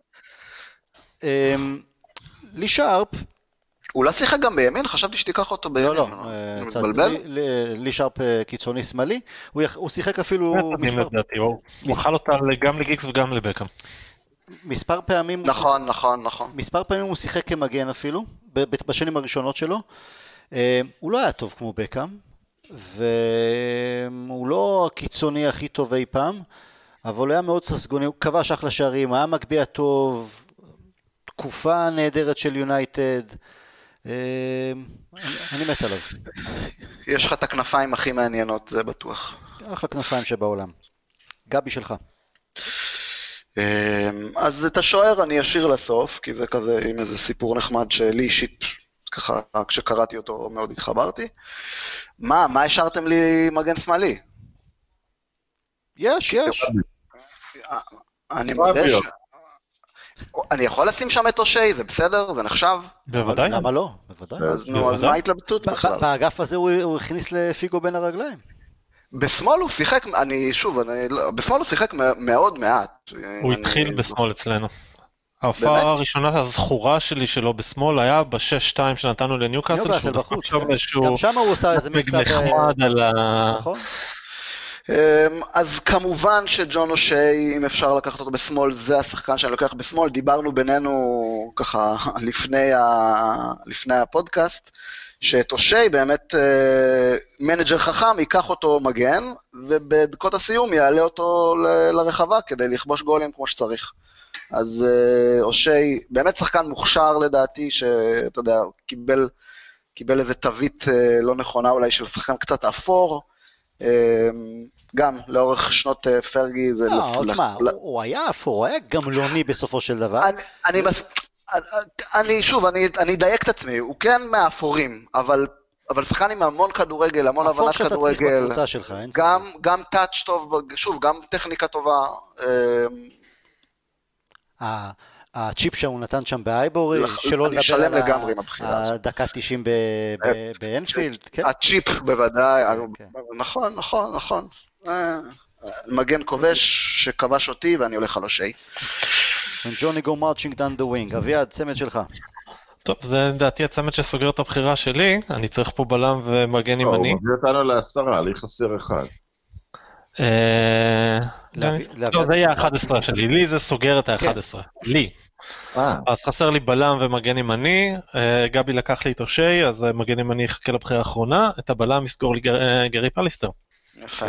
לי שרפ.
הוא לא שיחק גם בימין? חשבתי שתיקח אותו בימין.
לא, לי שרפ קיצוני שמאלי. הוא שיחק אפילו...
הוא אכל אותה גם לגיגס וגם לבקאם.
מספר פעמים...
נכון.
מספר פעמים הוא שיחק כמגן אפילו, בשנים הראשונות שלו. הוא לא היה טוב כמו בקאם, והוא לא הקיצוני הכי טוב אי פעם, אבל הוא היה מאוד ססגוני, הוא כבש אחלה שערים, היה מגביה טוב, תקופה נהדרת של יונייטד, אני מת עליו.
יש לך את הכנפיים הכי מעניינות, זה בטוח.
אחלה כנפיים שבעולם. גבי שלך.
אז את השוער אני אשאיר לסוף, כי זה כזה עם איזה סיפור נחמד שלי אישית, ככה כשקראתי אותו מאוד התחברתי. מה השארתם לי מגן שמאלי?
יש.
אני מודה אני יכול לשים שם את אושי, זה בסדר? זה נחשב?
בוודאי.
למה לא? בוודאי.
אז מה ההתלבטות בכלל?
באגף הזה הוא הכניס לפיגו בין הרגליים.
בשמאל הוא שיחק, בשמאל הוא שיחק מאוד מעט.
הוא התחיל בשמאל אצלנו. ההופעה הראשונה הזכורה שלי שלו בשמאל היה ב-6-2 שנתנו לניוקאסל,
גם שם הוא עושה איזה מבצע
נכון?
אז כמובן שג'ון אושי, אם אפשר לקחת אותו בשמאל, זה השחקן שאני לוקח בשמאל, דיברנו בינינו ככה לפני הפודקאסט, שאת אושי באמת מנג'ר חכם ייקח אותו מגן, ובדקות הסיום יעלה אותו לרחבה כדי לכבוש גולים כמו שצריך. אז אושי באמת שחקן מוכשר לדעתי, שאתה יודע, קיבל איזה תווית לא נכונה אולי של שחקן קצת אפור, גם לאורך שנות פרגי זה...
הוא היה אפור, הוא היה גמלוני בסופו של דבר.
אני אדייק את עצמי, הוא כן מהאפורים, אבל שחקן עם המון כדורגל, המון הבנת כדורגל, גם טאץ' טוב, שוב, גם טכניקה טובה.
הצ'יפ שהוא נתן שם באייבורי, שלא
אני
לדבר
שלם
על
לגמרי עם הבחירה הזאת.
הדקה 90 באנפילד, כן?
הצ'יפ בוודאי,
כן.
נכון, נכון, נכון. מגן כובש שכבש אותי ואני הולך על השי.
When Johnny go marching down the wing. אביעד, צמד שלך.
טוב, זה לדעתי הצמד שסוגר את הבחירה שלי, אני צריך פה בלם ומגן ימני.
הוא מביא אותנו ל10, לי חסר אחד.
לא, זה יהיה ה-11 שלי, לי זה סוגר את ה-11, לי. אז חסר לי בלם ומגן ימני, גבי לקח לי איתו שי, אז מגן ימני יחכה לבחירה האחרונה, את הבלם יסגור לי גרי פליסטר.
יפה.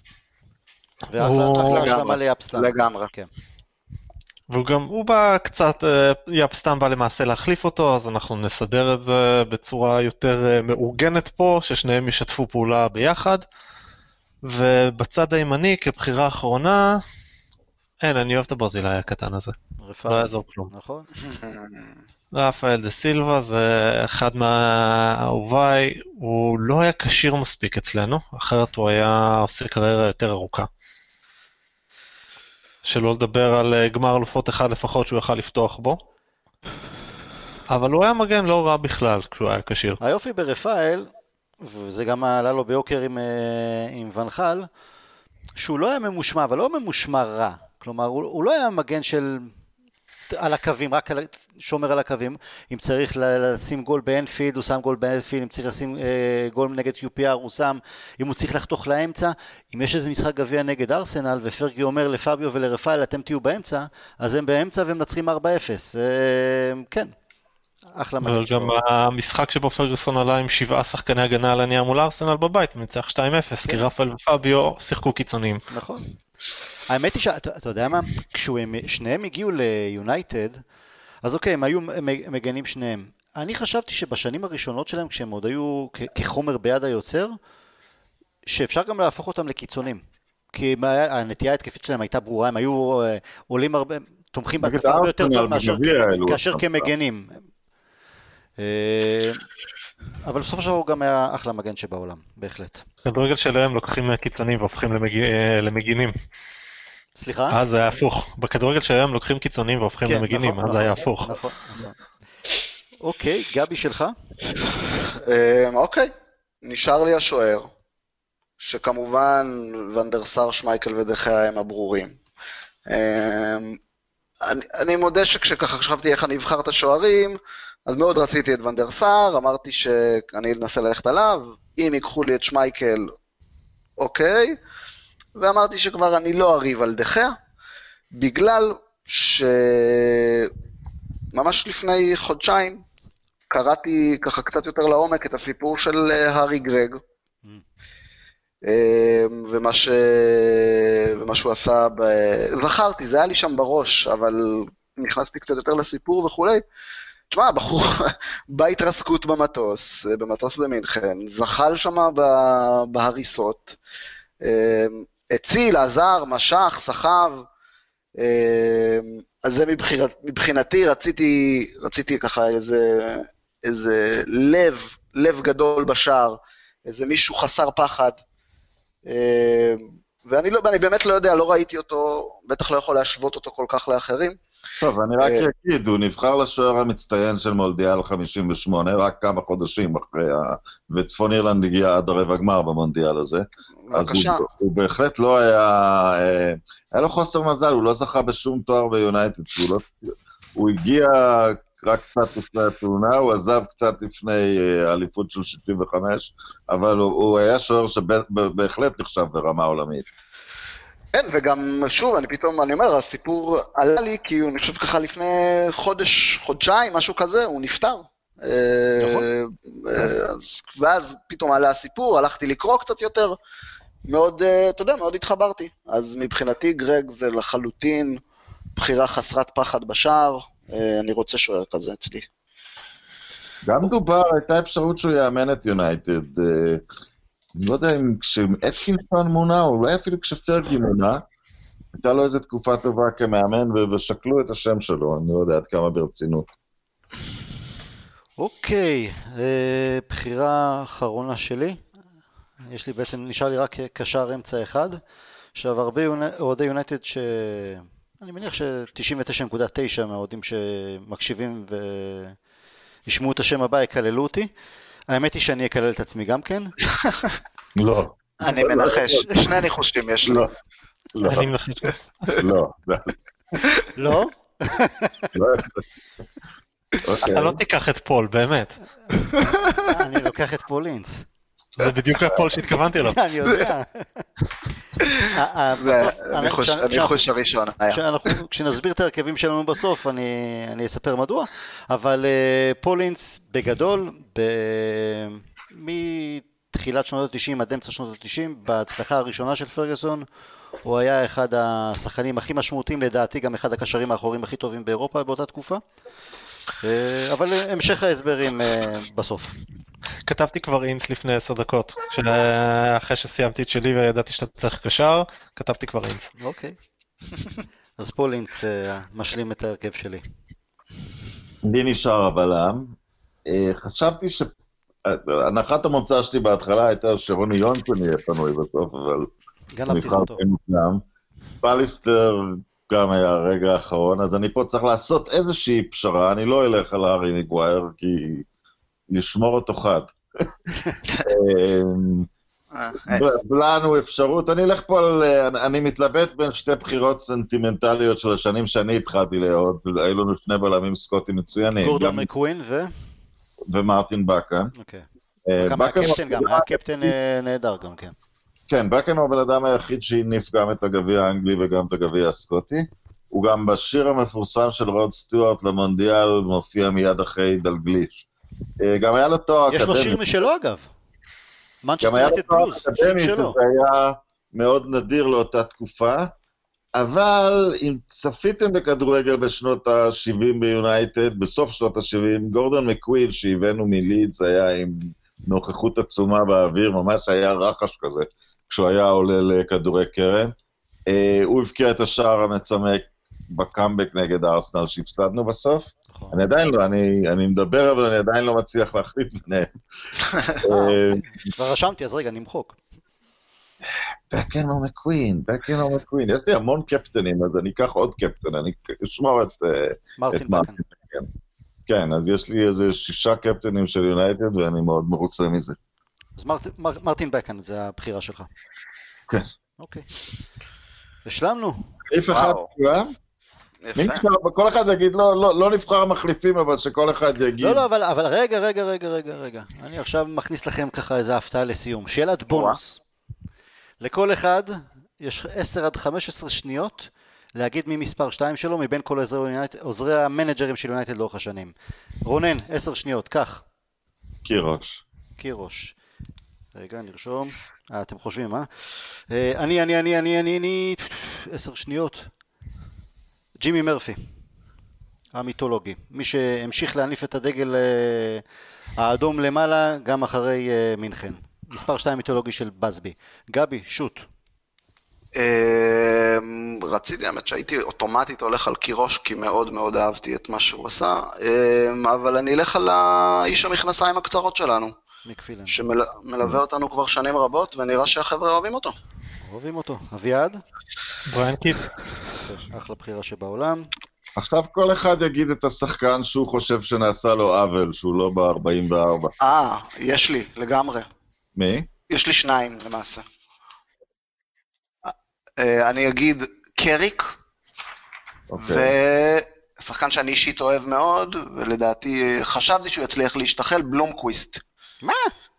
ואחלה השלמה ליאפסטאם.
לגמרי.
כן.
והוא גם, הוא בא קצת, יאפסטאם בא למעשה להחליף אותו, אז אנחנו נסדר את זה בצורה יותר מאורגנת פה, ששניהם ישתפו פעולה ביחד. ובצד הימני, כבחירה האחרונה, אני אוהב את הברזילאי הקטן הזה. לא יעזור כלום.
נכון.
רפאל דה סילבה זה אחד מהאהוביי, הוא לא היה קשיר מספיק אצלנו, אחרת הוא היה עושה קריירה יותר ארוכה. שלא לדבר על גמר אלופות אחד לפחות שהוא יכל לפתוח בו. אבל הוא היה מגן לא רע בכלל כשהוא היה קשיר.
היופי ברפאל, וזה גם עלה לו ביוקר עם ונחל, שהוא לא היה ממושמע, אבל לא ממושמע רע. כלומר, הוא לא היה מגן של על הקווים, רק שומר על הקווים. אם צריך לשים גול באנפילד, הוא שם גול באנפילד. אם צריך לשים גול נגד QPR, הוא שם. אם הוא צריך לחתוך לאמצע, אם יש איזה משחק גביע נגד ארסנל, ופרגי אומר לפאביו ולרפאל, אתם תהיו באמצע, אז הם באמצע והם נצחים 4-0. כן. אחלה מגן
שבו. גם המשחק שבו פרגוסון עלה עם 7 שחקני הגנה על הנייר מול ארסנל בבית, מנצח 2-0, כי רפאל ופאביו שיחקו קיצוניים.
נכון. האמת היא שאתה יודע מה? כששניהם הגיעו ליונייטד, אז אוקיי, הם היו מגנים שניהם. אני חשבתי שבשנים הראשונות שלהם, כשהם עוד היו כחומר ביד היוצר, שאפשר גם להפוך אותם לקיצונים. כי הנטייה ההתקפית שלהם הייתה ברורה, הם היו עולים הרבה, תומכים בהתקפה הרבה יותר טוב כאשר כמגנים. אבל בסוף השבוע הוא גם היה אחלה מגן שבעולם, בהחלט.
כדורגל שלהם לוקחים קיצונים והופכים למגינים.
סליחה?
אז זה היה הפוך. בכדורגל שלהם לוקחים קיצונים והופכים למגינים, אז זה היה הפוך.
נכון, נכון. אוקיי, גבי שלך?
אוקיי, נשאר לי השוער, שכמובן ונדרסאר, שמייקל ודחיה הם הברורים. אני מודה שכשככה חשבתי איך אני אבחר את השוערים, אז מאוד רציתי את ונדרסאר, אמרתי שאני אנסה ללכת עליו, אם ייקחו לי את שמייקל, אוקיי, ואמרתי שכבר אני לא אריב על דחיה, בגלל שממש לפני חודשיים, קראתי ככה קצת יותר לעומק את הסיפור של הארי גרג, ומה שהוא עשה, זכרתי, זה היה לי שם בראש, אבל נכנסתי קצת יותר לסיפור וכולי, תשמע, בחור בהתרסקות במטוס במינכן, זחל שם בהריסות, הציל, עזר, משך, סחב, אז זה מבחינתי רציתי ככה איזה לב גדול בשער, איזה מישהו חסר פחד, ואני באמת לא יודע, לא ראיתי אותו, בטח לא יכול להשוות אותו כל כך לאחרים.
טוב, אני רק אגיד, הוא נבחר לשוער המצטיין של מונדיאל 58, רק כמה חודשים אחרי, וצפון אירלנד הגיע עד הרבע גמר במונדיאל הזה. אז הוא בהחלט לא היה לו חוסר מזל, הוא לא זכה בשום תואר ביונייטד, הוא הגיע רק קצת לפני התאונה, הוא עזב קצת לפני אליפות של 75, אבל הוא היה שוער שבהחלט נחשב ברמה עולמית.
כן, וגם שוב, אני אומר, הסיפור עלה לי, כי אני חושב ככה לפני חודשיים, משהו כזה, הוא נפטר. נכון. ואז פתאום עלה הסיפור, הלכתי לקרוא קצת יותר, מאוד, אתה יודע, מאוד התחברתי. אז מבחינתי גרג זה לחלוטין בחירה חסרת פחד בשער, אני רוצה שוער כזה אצלי.
גם דובר, הייתה אפשרות שהוא יאמן את יונייטד, אני לא יודע אם כשאתקינסון מונה, או אולי אפילו כשפרגי מונה, הייתה לו איזו תקופה טובה כמאמן, ושקלו את השם שלו, אני לא יודע עד כמה ברצינות.
אוקיי, בחירה אחרונה שלי, יש לי בעצם, נשאר לי רק קשר אמצע אחד, עכשיו הרבה אוהדי יונייטד אני מניח ש-99.9 מהעודים שמקשיבים וישמעו את השם הבא יקללו אותי. האמת היא שאני אקלל את עצמי גם כן.
לא.
אני מנחש, שני ניחושים יש לי.
לא.
אני מנחש.
לא.
לא?
אתה לא תיקח את פול, באמת.
אני לוקח את פולינס.
זה בדיוק הפול שהתכוונתי לו.
אני יודע.
הניחוש הראשון היה.
כשנסביר את ההרכבים שלנו בסוף, אני אספר מדוע, אבל פולינס בגדול, מתחילת שנות ה-90 עד אמצע שנות ה-90, בהצלחה הראשונה של פרגוסון, הוא היה אחד השחקנים הכי משמעותיים, לדעתי גם אחד הקשרים האחוריים הכי טובים באירופה באותה תקופה, אבל המשך ההסברים בסוף.
כתבתי כבר אינס לפני 10 דקות, אחרי שסיימתי את שלי וידעתי שאתה צריך קשר, כתבתי כבר אינס.
אוקיי. אז פול אינס משלים את ההרכב שלי.
לי נשאר הבלם. חשבתי הנחת המוצא שלי בהתחלה הייתה שרוני יונסון יהיה פנוי בסוף, אבל
גנבתי אותו.
פליסטר גם היה הרגע האחרון, אז אני פה צריך לעשות איזושהי פשרה, אני לא אלך על הארי מגווייר, כי לשמור אותו חד. לנו אפשרות, אני אלך פה על, אני מתלבט בין שתי בחירות סנטימנטליות של השנים שאני התחלתי לעוד, היו לנו שני בלמים סקוטים מצוינים.
גורדון מקווין
ומרטין בקן.
אוקיי. גם הקפטן גם, הקפטן נהדר גם, כן.
כן, בקן הוא הבן אדם היחיד שהניף גם את הגביע האנגלי וגם את הגביע הסקוטי. הוא גם בשיר המפורסם של רוד סטיוארט למונדיאל מופיע מיד אחרי דלגליש. גם היה לו תואר אקדמי.
יש לו שיר משלו אגב.
גם היה לו תואר אקדמי שזה היה מאוד נדיר לאותה תקופה, אבל אם צפיתם בכדורגל בשנות ה-70 ביונייטד, בסוף שנות ה-70, גורדון מקווין שהבאנו מלידס היה עם נוכחות עצומה באוויר, ממש היה רחש כזה, כשהוא היה עולה לכדורי קרן. הוא הבקיע את השער המצמק בקאמבק נגד ארסנל שהפסדנו בסוף. אני עדיין לא, אני מדבר, אבל אני עדיין לא מצליח להחליט ביניהם.
כבר רשמתי, אז רגע, נמחוק.
בקן או מקווין. יש לי המון קפטנים, אז אני אקח עוד קפטן, אני אשמור את
מרטין בקן.
כן, אז יש לי איזה 6 קפטנים של יונייטד, ואני מאוד מרוצה מזה.
אז מרטין בקן, זה הבחירה שלך.
כן.
אוקיי. השלמנו.
איף אחד כולם? כל אחד יגיד, לא נבחר מחליפים, אבל שכל אחד יגיד.
לא, אבל רגע. אני עכשיו מכניס לכם ככה איזה הפתעה לסיום. שאלת בונוס. לכל אחד יש 10 עד 15 שניות להגיד מי מספר 2 שלו מבין כל עוזרי המנג'רים של יונייטד לאורך השנים. רונן, 10 שניות, כך. קירוש. רגע, נרשום. אתם חושבים, אני 10 שניות. ג'ימי מרפי, המיתולוגי. מי שהמשיך להניף את הדגל האדום למעלה גם אחרי מינכן. מספר 2 מיתולוגי של בסבי. גבי, שוט.
רציתי, האמת שהייתי אוטומטית הולך על קירוש, כי מאוד מאוד אהבתי את מה שהוא עשה, אבל אני אלך על האיש המכנסיים הקצרות שלנו, שמלווה אותנו כבר שנים רבות, ונראה שהחבר'ה אוהבים אותו. אביעד?
בריאן קיפ.
אחלה בחירה שבעולם.
עכשיו כל אחד יגיד את השחקן שהוא חושב שנעשה לו עוול, שהוא לא ב-44.
יש לי, לגמרי.
מי?
יש לי 2 למעשה. אני אגיד קריק, ושחקן שאני אישית אוהב מאוד, ולדעתי חשבתי שהוא יצליח להשתחל, בלומקוויסט.
מה?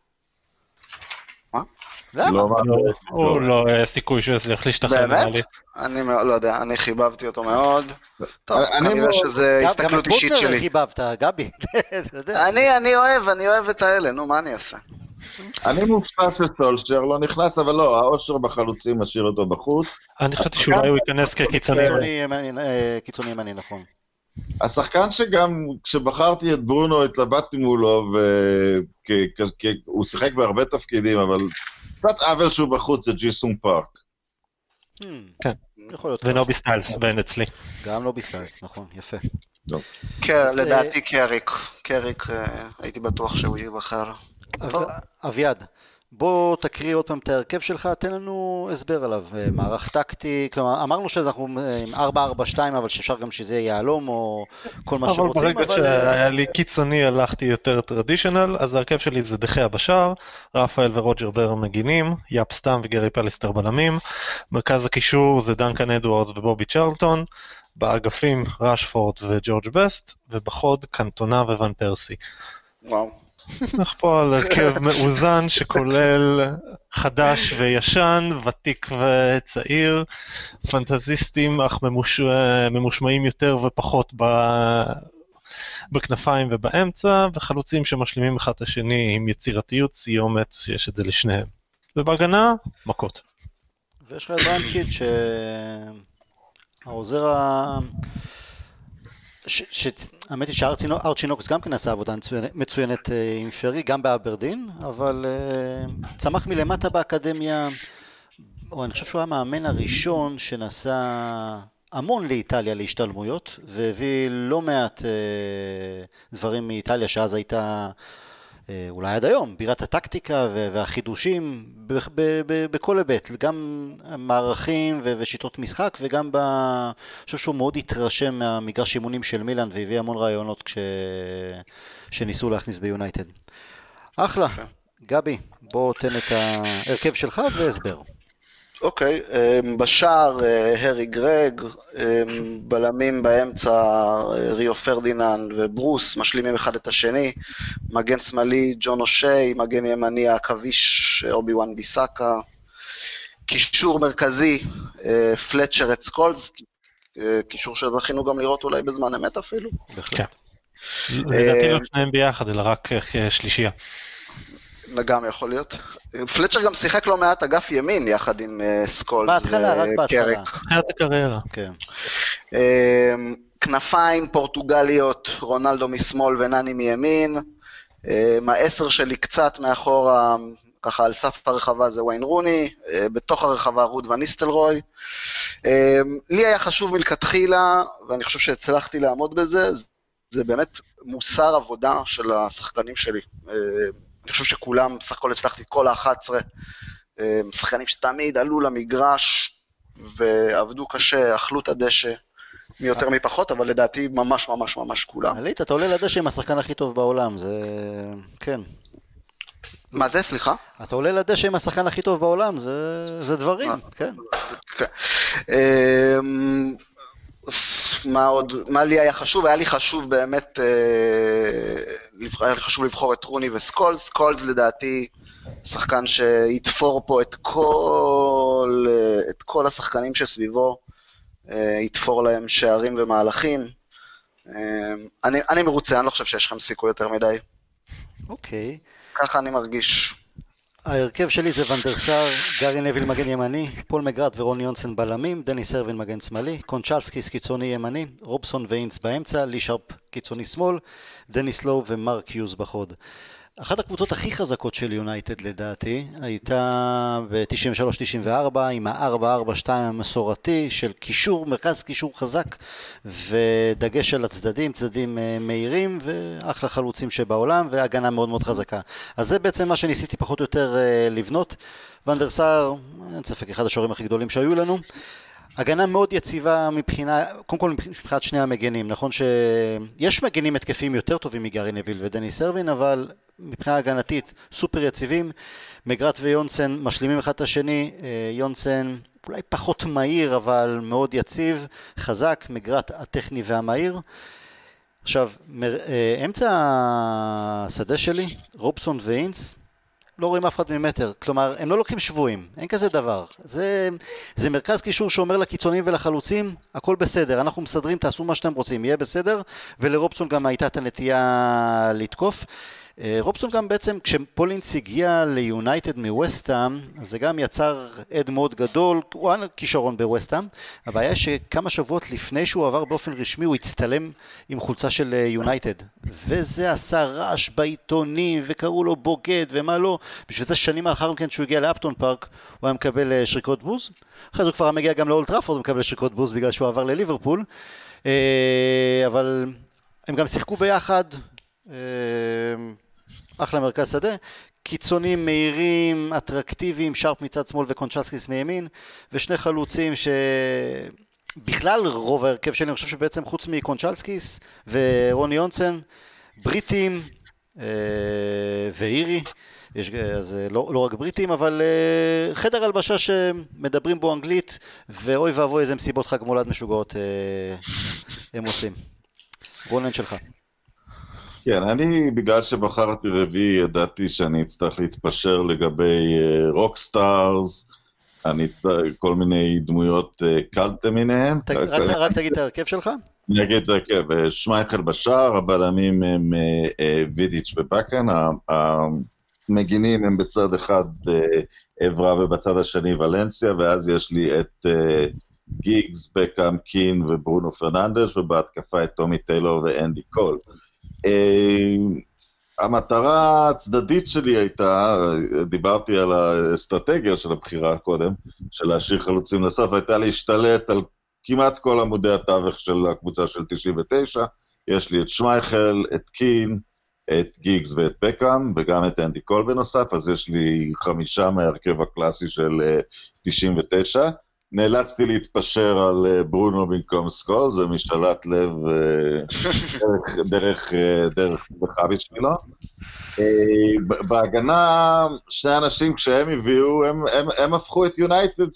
הוא לא סיכוי שהוא יצליח להשתחל.
באמת? אני לא יודע, אני חיבבתי אותו מאוד. טוב, כנראה שזה הסתכלות אישית שלי.
גם את בוטנר חיבבת, גבי.
אני אוהב את האלה, נו, מה אני אעשה?
אני מופתע שסולשר לא נכנס, אבל לא, האושר בחלוצים משאיר אותו בחוץ.
אני חשבתי שאולי הוא ייכנס כקיצוני
ימני, נכון.
השחקן שגם כשבחרתי את ברונו התלבטתי מולו, והוא שיחק בהרבה תפקידים, אבל קצת עוול שהוא בחוץ זה ג'יסונג פארק.
כן, ונובי סטיילס בין אצלי.
גם נובי סטיילס, נכון, יפה.
כן, לדעתי קריק, הייתי בטוח שהוא ייבחר.
אביעד, בוא תקריא עוד פעם את ההרכב שלך, תן לנו הסבר עליו, מערך טקטי, כלומר אמרנו שאנחנו עם 4-4-2 אבל שאפשר גם שזה יעלום או כל מה שרוצים.
אבל ברגע שהיה לי קיצוני הלכתי יותר טרדישיונל, אז ההרכב שלי זה דחיה בשער, רפאל ורוג'ר בר מגינים, יאפ סטאם וגרי פליסטר בלמים, מרכז הקישור זה דנקן אדוארדס ובובי צ'רלטון, באגפים רשפורד וג'ורג' בסט, ובחוד קנטונה וואן פרסי.
וואו.
אנחנו פה על הרכב מאוזן שכולל חדש וישן, ותיק וצעיר, פנטזיסטים אך ממושמעים יותר ופחות בכנפיים ובאמצע, וחלוצים שמשלימים אחד את השני עם יצירתיות, סיומת, שיש את זה לשניהם. ובהגנה, מכות.
ויש לך את בריין קיד שהעוזר האמת היא שארצ'י נוקס גם כן עשה עבודה מצוינת עם פרי, גם באברדין, אבל צמח מלמטה באקדמיה, או אני חושב שהוא המאמן הראשון שנסע המון לאיטליה להשתלמויות, והביא לא מעט דברים מאיטליה שאז הייתה אולי עד היום, בירת הטקטיקה והחידושים בכל היבט, גם מערכים ושיטות משחק, וגם אני חושב שהוא מאוד התרשם מהמגרש אימונים של מילאן, והביא המון רעיונות שניסו להכניס ביונייטד. אחלה, גבי, בוא תן את ההרכב שלך והסבר.
אוקיי, בשער הרי גרג, בלמים באמצע ריו פרדיננד וברוס, משלימים אחד את השני, מגן שמאלי ג'ון אושי, מגן ימני העכביש אובי וואן ביסאקה, קישור מרכזי פלצ'ר את סקולס, קישור שזכינו גם לראות אולי בזמן אמת אפילו.
כן. לדעתי לא שניים ביחד, אלא רק שלישייה.
גם יכול להיות. פלצ'ר גם שיחק לא מעט אגף ימין יחד עם סקולס
בהתחלה, רק בהתחלה.
תחילת הקריירה.
כן.
כנפיים פורטוגליות, רונלדו משמאל ונני מימין. העשר שלי קצת מאחורה, ככה על סף הרחבה זה ויין רוני, בתוך הרחבה רוד וניסטלרוי. לי היה חשוב מלכתחילה, ואני חושב שהצלחתי לעמוד בזה, זה באמת מוסר עבודה של השחקנים שלי. אני חושב שכולם, סך הכל הצלחתי כל ה-11 שחקנים שתמיד עלו למגרש ועבדו קשה, אכלו את הדשא מיותר מפחות, אבל לדעתי ממש ממש ממש כולם.
עלית, אתה עולה לדשא עם השחקן הכי טוב בעולם, זה... כן.
מה זה, סליחה?
אתה עולה לדשא עם השחקן הכי טוב בעולם, זה דברים, כן.
מה עוד, מה לי היה חשוב? היה לי חשוב באמת, היה לי חשוב לבחור את רוני וסקולס. סקולס לדעתי שחקן שיתפור פה את כל השחקנים שסביבו, יתפור להם שערים ומהלכים. אני מרוצה, אני לא חושב שיש לכם סיכוי יותר מדי.
אוקיי.
ככה אני מרגיש.
ההרכב שלי זה ונדרסר, גארי נביל מגן ימני, פול מגרט ורוני יונסן בלמים, דניס הרווין מגן שמאלי, קונצ'לסקיס קיצוני ימני, רובסון ואינס באמצע, לי שרפ קיצוני שמאל, דניס לואו ומרק יוז בחוד. אחת הקבוצות הכי חזקות של יונייטד לדעתי הייתה ב-93-94 עם ה-4-4-2 המסורתי של קישור, מרכז קישור חזק ודגש על הצדדים, צדדים מהירים ואחלה חלוצים שבעולם והגנה מאוד מאוד חזקה. אז זה בעצם מה שניסיתי פחות או יותר לבנות. ונדרסר, אין ספק, אחד השוערים הכי גדולים שהיו לנו. הגנה מאוד יציבה מבחינה, קודם כל מבחינת שני המגנים, נכון שיש מגנים התקפים יותר טובים מגארי נביל ודניס הרווין, אבל מבחינה הגנתית סופר יציבים, מגרט ויונסן משלימים אחד את השני, יונסן אולי פחות מהיר אבל מאוד יציב, חזק, מגרט הטכני והמהיר. עכשיו, אמצע השדה שלי, רובסון ואינס, לא רואים אף אחד ממטר, כלומר, הם לא לוקחים שבועים, אין כזה דבר. זה מרכז קישור שאומר לקיצונים ולחלוצים, הכל בסדר, אנחנו מסדרים, תעשו מה שאתם רוצים, יהיה בסדר, ולרובסון גם הייתה את הנטייה לתקוף. רובסון גם בעצם, כשפולינס הגיע ליונייטד מווסטהאם, זה גם יצר עד מאוד גדול, הוא היה כישרון בווסטהאם, הבעיה שכמה שבועות לפני שהוא עבר באופן רשמי, הוא הצטלם עם חולצה של יונייטד, וזה עשה רעש בעיתונים, וקראו לו בוגד ומה לא, בשביל זה שנים לאחר מכן שהוא הגיע לאפטון פארק, הוא היה מקבל שריקות בוז, אחרי זה הוא כבר מגיע גם לאולד טראפורד, הוא מקבל שריקות בוז בגלל שהוא עבר לליברפול, אבל הם גם שיחקו ביחד, אחלה מרכז שדה, קיצונים מהירים, אטרקטיביים, שרפ מצד שמאל וקונצ'לסקיס מימין, ושני חלוצים שבכלל רוב ההרכב שלי, אני חושב שבעצם חוץ מקונצ'לסקיס ורוני יונסן, בריטים ואירי, אז לא רק בריטים, אבל חדר הלבשה שמדברים בו אנגלית, ואוי ואבוי איזה מסיבות חג מולד משוגעות הם עושים. רונן שלך.
כן, אני בגלל שבחרתי רביעי ידעתי שאני אצטרך להתפשר לגבי רוקסטארס, אני אצטרך כל מיני דמויות קלטה מיניהם.
רק תגיד את ההרכב שלך.
אני אגיד את ההרכב, שמייכל בשער, הבלמים הם וידיץ' ובקן, המגינים הם בצד אחד עברה ובצד השני ולנסיה, ואז יש לי את גיגס, בקאם, קין וברונו פרננדש, ובהתקפה את טומי טיילור ואנדי קול. המטרה הצדדית שלי הייתה, דיברתי על האסטרטגיה של הבחירה הקודם, של להשאיר חלוצים לסוף, הייתה להשתלט על כמעט כל עמודי התווך של הקבוצה של 99, יש לי את שמייכל, את קין, את גיגס ואת בקאם, וגם את אנדי קול בנוסף, אז יש לי 5 מהרכב הקלאסי של 99, נאלצתי להתפשר על ברונו במקום סקול, זה משאלת לב דרך בחביץ' שלו. בהגנה, שני אנשים כשהם הביאו, הם הפכו את יונייטד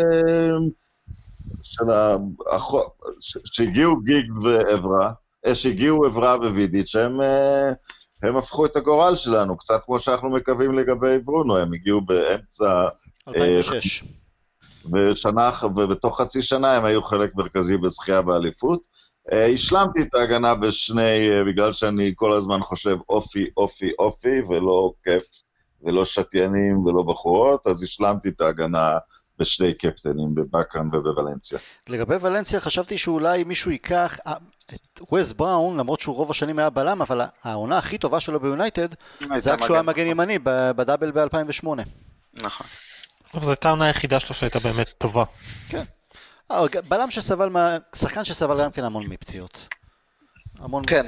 שהגיעו גיג ועברה, שהגיעו עברה ווידיץ', הם הפכו את הגורל שלנו, קצת כמו שאנחנו מקווים לגבי ברונו, הם הגיעו באמצע
2006.
ובתוך חצי שנה הם היו חלק מרכזי בזכייה באליפות. השלמתי את ההגנה בשני, בגלל שאני כל הזמן חושב אופי, ולא כיף, ולא שתיינים, ולא בחורות, אז השלמתי את ההגנה בשני קפטנים, בבקן ובוולנסיה.
לגבי ולנסיה חשבתי שאולי מישהו ייקח את ווס בראון, למרות שהוא רוב השנים היה בלם, אבל העונה הכי טובה שלו ביונייטד, זה כשהוא היה מגן ימני, בדאבל ב-2008.
נכון.
זו הייתה העונה היחידה שלו שהייתה באמת טובה.
כן. בלם שסבל, שחקן שסבל גם כן המון מפציעות.
כן,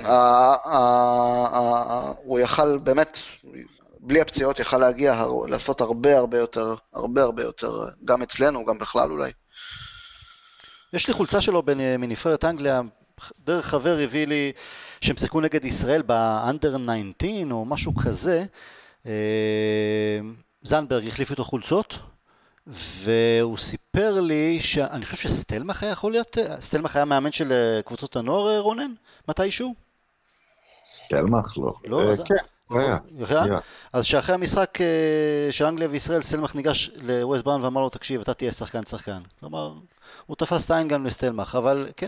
הוא יכל באמת, בלי הפציעות יכל להגיע, לעשות הרבה יותר, גם אצלנו, גם בכלל אולי.
יש לי חולצה שלו מנבחרת אנגליה, דרך חבר הביא לי, שהם שיחקו נגד ישראל באנדר 19 או משהו כזה, זנברג החליף איתו חולצות, והוא סיפר לי שאני חושב שסטלמח היה יכול להיות, סטלמח היה מאמן של קבוצות הנוער, רונן? מתישהו?
סטלמח לא.
לא?
כן, היה.
אז שאחרי המשחק של אנגליה וישראל, סטלמח ניגש לווס בראון ואמר לו, תקשיב, אתה תהיה שחקן. כלומר, הוא תפס את העין גם לסטלמח, אבל כן.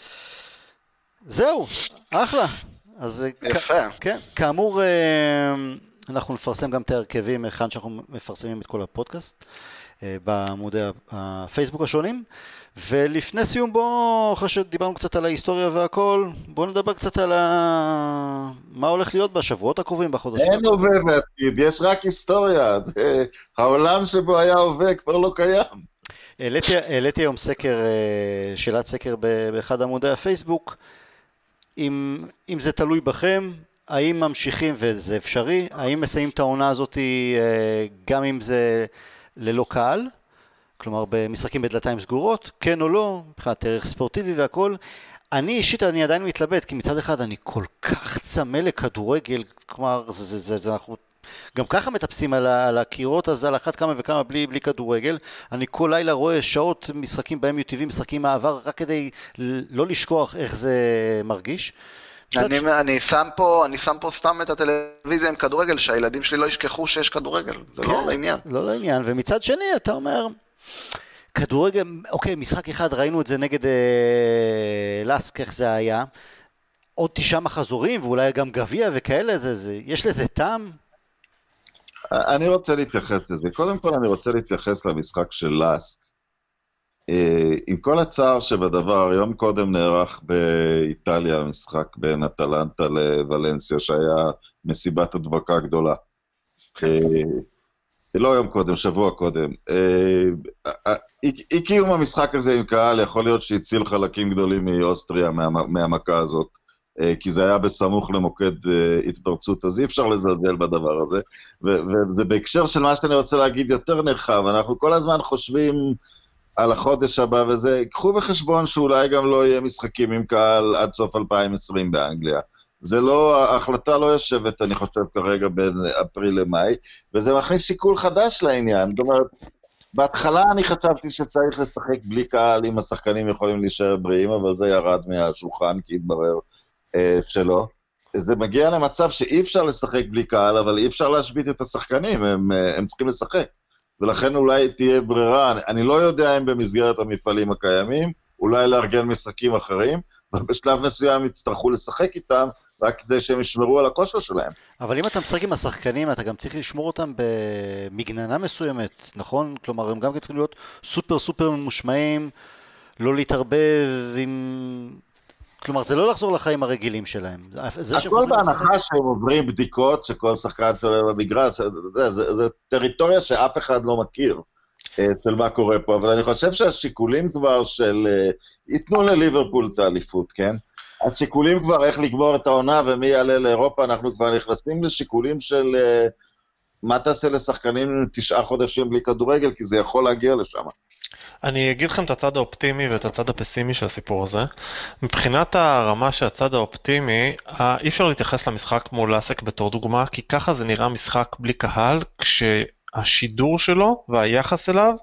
זהו, אחלה. אז
יפה.
כן, כאמור, אנחנו נפרסם גם את ההרכבים, כאן שאנחנו מפרסמים את כל הפודקאסט, בעמודי הפייסבוק השונים, ולפני סיום אחרי שדיברנו קצת על ההיסטוריה והכל, בואו נדבר קצת על מה הולך להיות בשבועות הקרובים, בחודשים.
אין הווה ועתיד, יש רק היסטוריה, העולם שבו היה הווה כבר לא קיים.
העליתי היום שאלת סקר באחד עמודי הפייסבוק, אם זה תלוי בכם, האם ממשיכים, וזה אפשרי, האם מסיים את העונה הזאת גם אם זה ללא קהל, כלומר במשחקים בדלתיים סגורות, כן או לא, מבחינת ערך ספורטיבי והכל. אני אישית, אני עדיין מתלבט, כי מצד אחד אני כל כך צמא לכדורגל, כלומר, אנחנו גם ככה מטפסים על הקירות, אז על אחת כמה וכמה בלי כדורגל. אני כל לילה רואה שעות משחקים בהם UTV, משחקים מהעבר, רק כדי לא לשכוח איך זה מרגיש.
אני שם פה סתם את הטלוויזיה עם כדורגל, שהילדים שלי לא ישכחו שיש כדורגל, זה לא לעניין.
לא לעניין, ומצד שני אתה אומר, כדורגל, אוקיי, משחק אחד, ראינו את זה נגד לסק, איך זה היה, עוד 9 מחזורים, ואולי גם גביע וכאלה, יש לזה טעם?
אני רוצה להתייחס לזה. קודם כל אני רוצה להתייחס למשחק של לסק. עם כל הצער שבדבר, יום קודם נערך באיטליה משחק בין אטלנטה לוולנסיה, שהיה מסיבת הדבקה גדולה. לא יום קודם, שבוע קודם. אי קיום המשחק הזה עם קהל, יכול להיות שהציל חלקים גדולים מאוסטריה, מהמכה הזאת. כי זה היה בסמוך למוקד התפרצות, אז אי אפשר לזלזל בדבר הזה, וזה בהקשר של מה שאני רוצה להגיד יותר נרחב, אנחנו כל הזמן חושבים על החודש הבא וזה, קחו בחשבון שאולי גם לא יהיה משחקים עם קהל עד סוף 2020 באנגליה. זה לא, ההחלטה לא יושבת, אני חושב, כרגע בין אפריל למאי, וזה מכניס שיקול חדש לעניין. זאת אומרת, בהתחלה אני חשבתי שצריך לשחק בלי קהל, אם השחקנים יכולים להישאר בריאים, אבל זה ירד מהשולחן, כי התברר שלא. זה מגיע למצב שאי אפשר לשחק בלי קהל, אבל אי אפשר להשבית את השחקנים, הם צריכים לשחק. ולכן אולי תהיה ברירה, אני לא יודע אם במסגרת המפעלים הקיימים, אולי לארגן משחקים אחרים, אבל בשלב מסוים יצטרכו לשחק איתם, רק כדי שהם ישמרו על הכושר שלהם.
אבל אם אתה משחק עם השחקנים, אתה גם צריך לשמור אותם במגננה מסוימת, נכון? כלומר, הם גם צריכים להיות סופר סופר ממושמעים, לא להתערבב עם... כלומר, זה לא לחזור לחיים הרגילים שלהם.
הכל בהנחה שהם עוברים בדיקות, שכל שחקן שולה במגרש, זה טריטוריה שאף אחד לא מכיר. של מה קורה פה, אבל אני חושב שהשיקולים כבר של... ייתנו לליברפול את האליפות, כן? השיקולים כבר איך לגמור את העונה ומי יעלה לאירופה, אנחנו כבר נכנסים לשיקולים של מה תעשה לשחקנים 9 חודשים בלי כדורגל, כי זה יכול להגיע לשם.
אני אגיד לכם את הצד האופטימי ואת הצד הפסימי של הסיפור הזה. מבחינת הרמה של הצד האופטימי, אי אפשר להתייחס למשחק מול לעסק בתור דוגמה, כי ככה זה נראה משחק בלי קהל, כשהשידור שלו והיחס אליו,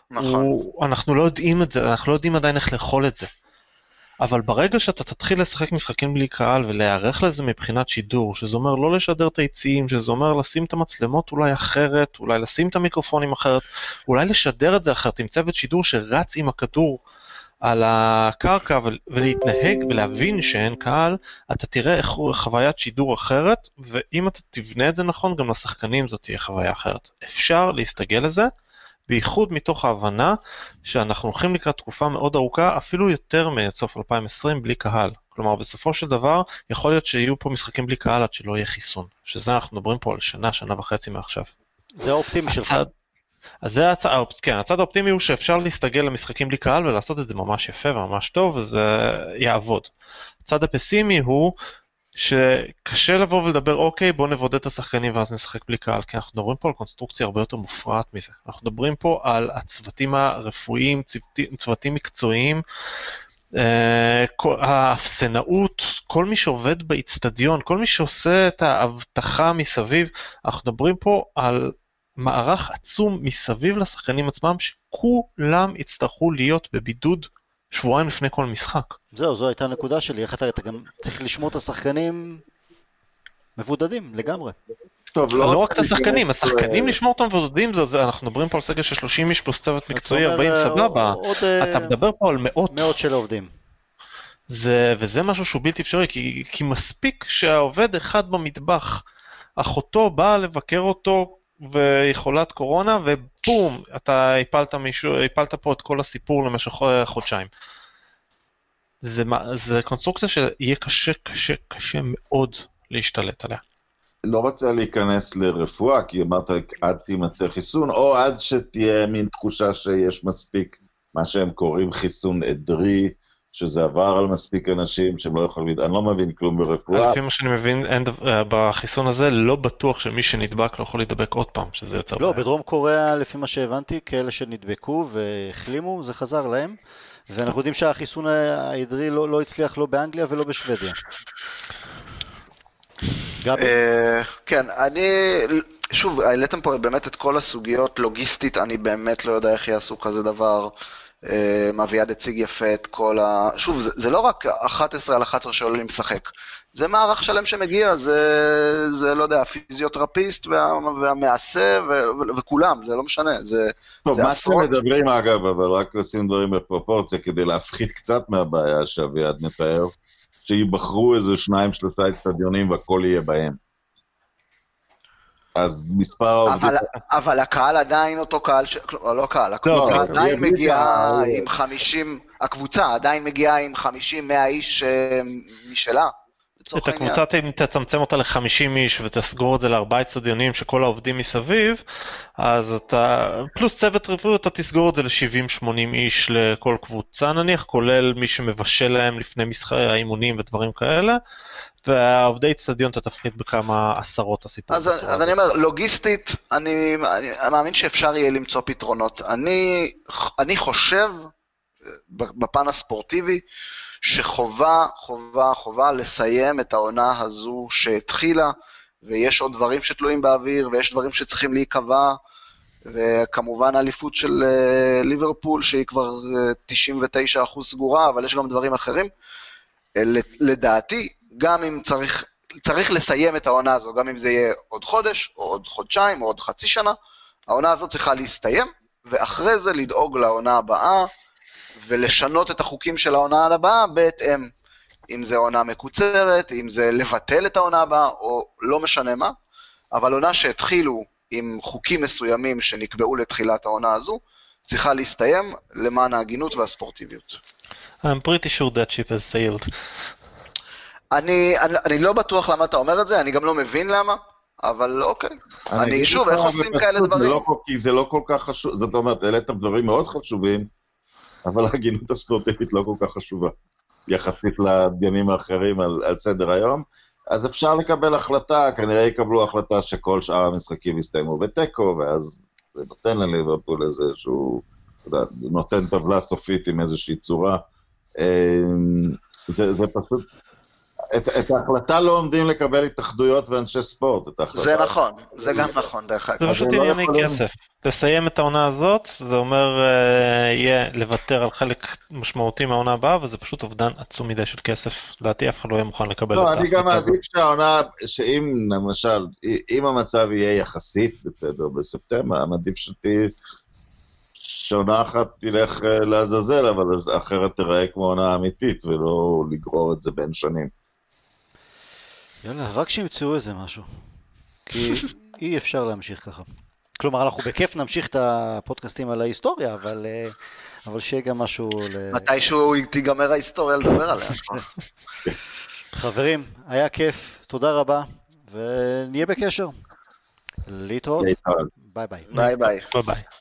אנחנו לא יודעים את זה, אנחנו לא יודעים עדיין איך לאכול את זה. אבל ברגע שאתה תתחיל לשחק משחקים בלי קהל ולהיערך לזה מבחינת שידור, שזה אומר לא לשדר את היציאים, שזה אומר לשים את המצלמות אולי אחרת, אולי לשים את המיקרופונים אחרת, אולי לשדר את זה אחרת עם צוות שידור שרץ עם הכדור על הקרקע ולהתנהג ולהבין שאין קהל, אתה תראה איך חוויית שידור אחרת, ואם אתה תבנה את זה נכון, גם לשחקנים זאת תהיה חוויה אחרת. אפשר להסתגל לזה, בייחוד מתוך ההבנה שאנחנו הולכים לקראת תקופה מאוד ארוכה, אפילו יותר מסוף 2020 בלי קהל. כלומר, בסופו של דבר, יכול להיות שיהיו פה משחקים בלי קהל עד שלא יהיה חיסון. שזה אנחנו מדברים פה על שנה, שנה וחצי מעכשיו.
זה האופטימי שלך.
אז זה הצד האופטימי הוא שאפשר להסתגל למשחקים בלי קהל ולעשות את זה ממש יפה וממש טוב, וזה יעבוד. הצד הפסימי הוא שקשה לבוא ולדבר, אוקיי, בוא נבודד את השחקנים ואז נשחק בלי קהל, כי אנחנו מדברים פה על קונסטרוקציה הרבה יותר מופרעת מזה. אנחנו מדברים פה על הצוותים הרפואיים, צוותים מקצועיים, האפסנאות, כל מי שעובד באצטדיון, כל מי שעושה את ההבטחה מסביב, אנחנו מדברים פה על מערך עצום מסביב לשחקנים עצמם, שכולם יצטרכו להיות בבידוד שבועיים לפני כל משחק.
זו הייתה הנקודה שלי, איך אתה גם צריך לשמור את השחקנים מבודדים לגמרי.
טוב,
לא רק את השחקנים, השחקנים לשמור אותם מבודדים, אנחנו מדברים פה על סגל של 30 איש פלוס צוות מקצועי, 40 סבבה, אתה מדבר פה על מאות
של עובדים.
וזה משהו שהוא בלתי אפשרי, כי מספיק שהעובד אחד במטבח, אחותו באה לבקר אותו ויכולת קורונה, ובום, אתה הפלת פה את כל הסיפור למשך חודשיים. זה קונסטרוקציה שיהיה קשה מאוד להשתלט עליה.
לא רוצה להיכנס לרפואה, כי אמרת עד תימצא חיסון, או עד שתהיה מין תחושה שיש מספיק, מה שהם קוראים חיסון עדרי, שזה עבר על מספיק אנשים שהם לא יכולים, אני לא מבין כלום ברפואה.
לפי מה שאני מבין, בחיסון הזה לא בטוח שמי שנדבק לא יכול להידבק עוד פעם, שזה יוצר בעיה.
לא, בדרום קוריאה, לפי מה שהבנתי, כאלה שנדבקו והחלימו, זה חזר להם, ואנחנו יודעים שהחיסון העדרי לא הצליח לא באנגליה ולא בשוודיה.
כן, שוב, העליתם פה באמת את כל הסוגיות לוגיסטית, אני באמת לא יודע איך יעשו כזה דבר. אביעד הציג יפה את כל שוב, זה לא רק 11 על 11 שעולים לשחק, זה מערך שלם שמגיע, זה לא יודע, הפיזיותרפיסט והמעשה וכולם, זה לא משנה,
טוב, מה שמדברים אגב, אבל רק לשים דברים בפרופורציה, כדי להפחית קצת מהבעיה שאביעד מתאר, שיבחרו איזה 2-3 אצטדיונים והכל יהיה בהם. אז מספר העובדים...
אבל הקהל עדיין אותו קהל, לא קהל, הקבוצה עדיין מגיעה עם 50, הקבוצה עדיין מגיעה עם 50-100 איש משלה, לצורך
את
העניין.
הקבוצה אם תצמצם אותה ל-50 איש ותסגור את זה ל4 אצטדיונים שכל העובדים מסביב, אז אתה, פלוס צוות רפואי, אתה תסגור את זה ל-70-80 איש לכל קבוצה נניח, כולל מי שמבשל להם לפני משחקי האימונים ודברים כאלה, והעובדי אצטדיון אתה תפחית בכמה עשרות הסיפור.
אז אני אומר, לוגיסטית, אני מאמין שאפשר יהיה למצוא פתרונות. אני חושב, בפן הספורטיבי, שחובה לסיים את העונה הזו שהתחילה, ויש עוד דברים שתלויים באוויר, ויש דברים שצריכים להיקבע, וכמובן האליפות של ליברפול, שהיא כבר 99% סגורה, אבל יש גם דברים אחרים. לדעתי, גם אם צריך לסיים את העונה הזו, גם אם זה יהיה עוד חודש, או עוד חודשיים, או עוד חצי שנה, העונה הזו צריכה להסתיים, ואחרי זה לדאוג לעונה הבאה, ולשנות את החוקים של העונה הבאה בהתאם, אם זה עונה מקוצרת, אם זה לבטל את העונה הבאה, או לא משנה מה, אבל עונה שהתחילו עם חוקים מסוימים שנקבעו לתחילת העונה הזו, צריכה להסתיים למען ההגינות והספורטיביות.
I'm pretty sure that ship has sailed.
אני לא בטוח למה אתה אומר את זה, אני גם לא מבין למה, אבל אוקיי. אני שוב, איך עושים כאלה דברים?
כי זה לא כל כך חשוב, זאת אומרת, אלה את הדברים מאוד חשובים, אבל ההגינות הספורטיבית לא כל כך חשובה, יחסית לדיונים האחרים על סדר היום, אז אפשר לקבל החלטה, כנראה יקבלו החלטה שכל שאר המשחקים יסתיימו בטקו, ואז זה נותן לליברפול איזשהו, נותן טבלה סופית עם איזושהי צורה, זה פשוט, את ההחלטה לא עומדים לקבל התאחדויות ואנשי ספורט, את ההחלטה.
זה נכון, זה גם נכון דרך אגב.
זה פשוט ענייני כסף. תסיים את העונה הזאת, זה אומר יהיה לוותר על חלק משמעותי מהעונה הבאה, וזה פשוט אובדן עצום מדי של כסף. לדעתי אף אחד לא יהיה מוכן לקבל את
לא,
ההחלטה.
אני גם מעדיף שהעונה, שאם למשל, אם המצב יהיה יחסית בסדר בספטמבר, מעדיף שעונה אחת תלך לעזאזל, אבל אחרת תראה כמו עונה אמיתית, ולא לגרור את זה בין שנים.
יאללה, רק שימצאו איזה משהו. כי אי אפשר להמשיך ככה. כלומר, אנחנו בכיף נמשיך את הפודקאסטים על ההיסטוריה, אבל שיהיה גם משהו
מתישהו תיגמר ההיסטוריה לדבר עליה.
חברים, היה כיף, תודה רבה, ונהיה בקשר. להתראות. ביי ביי.
ביי ביי.
ביי ביי.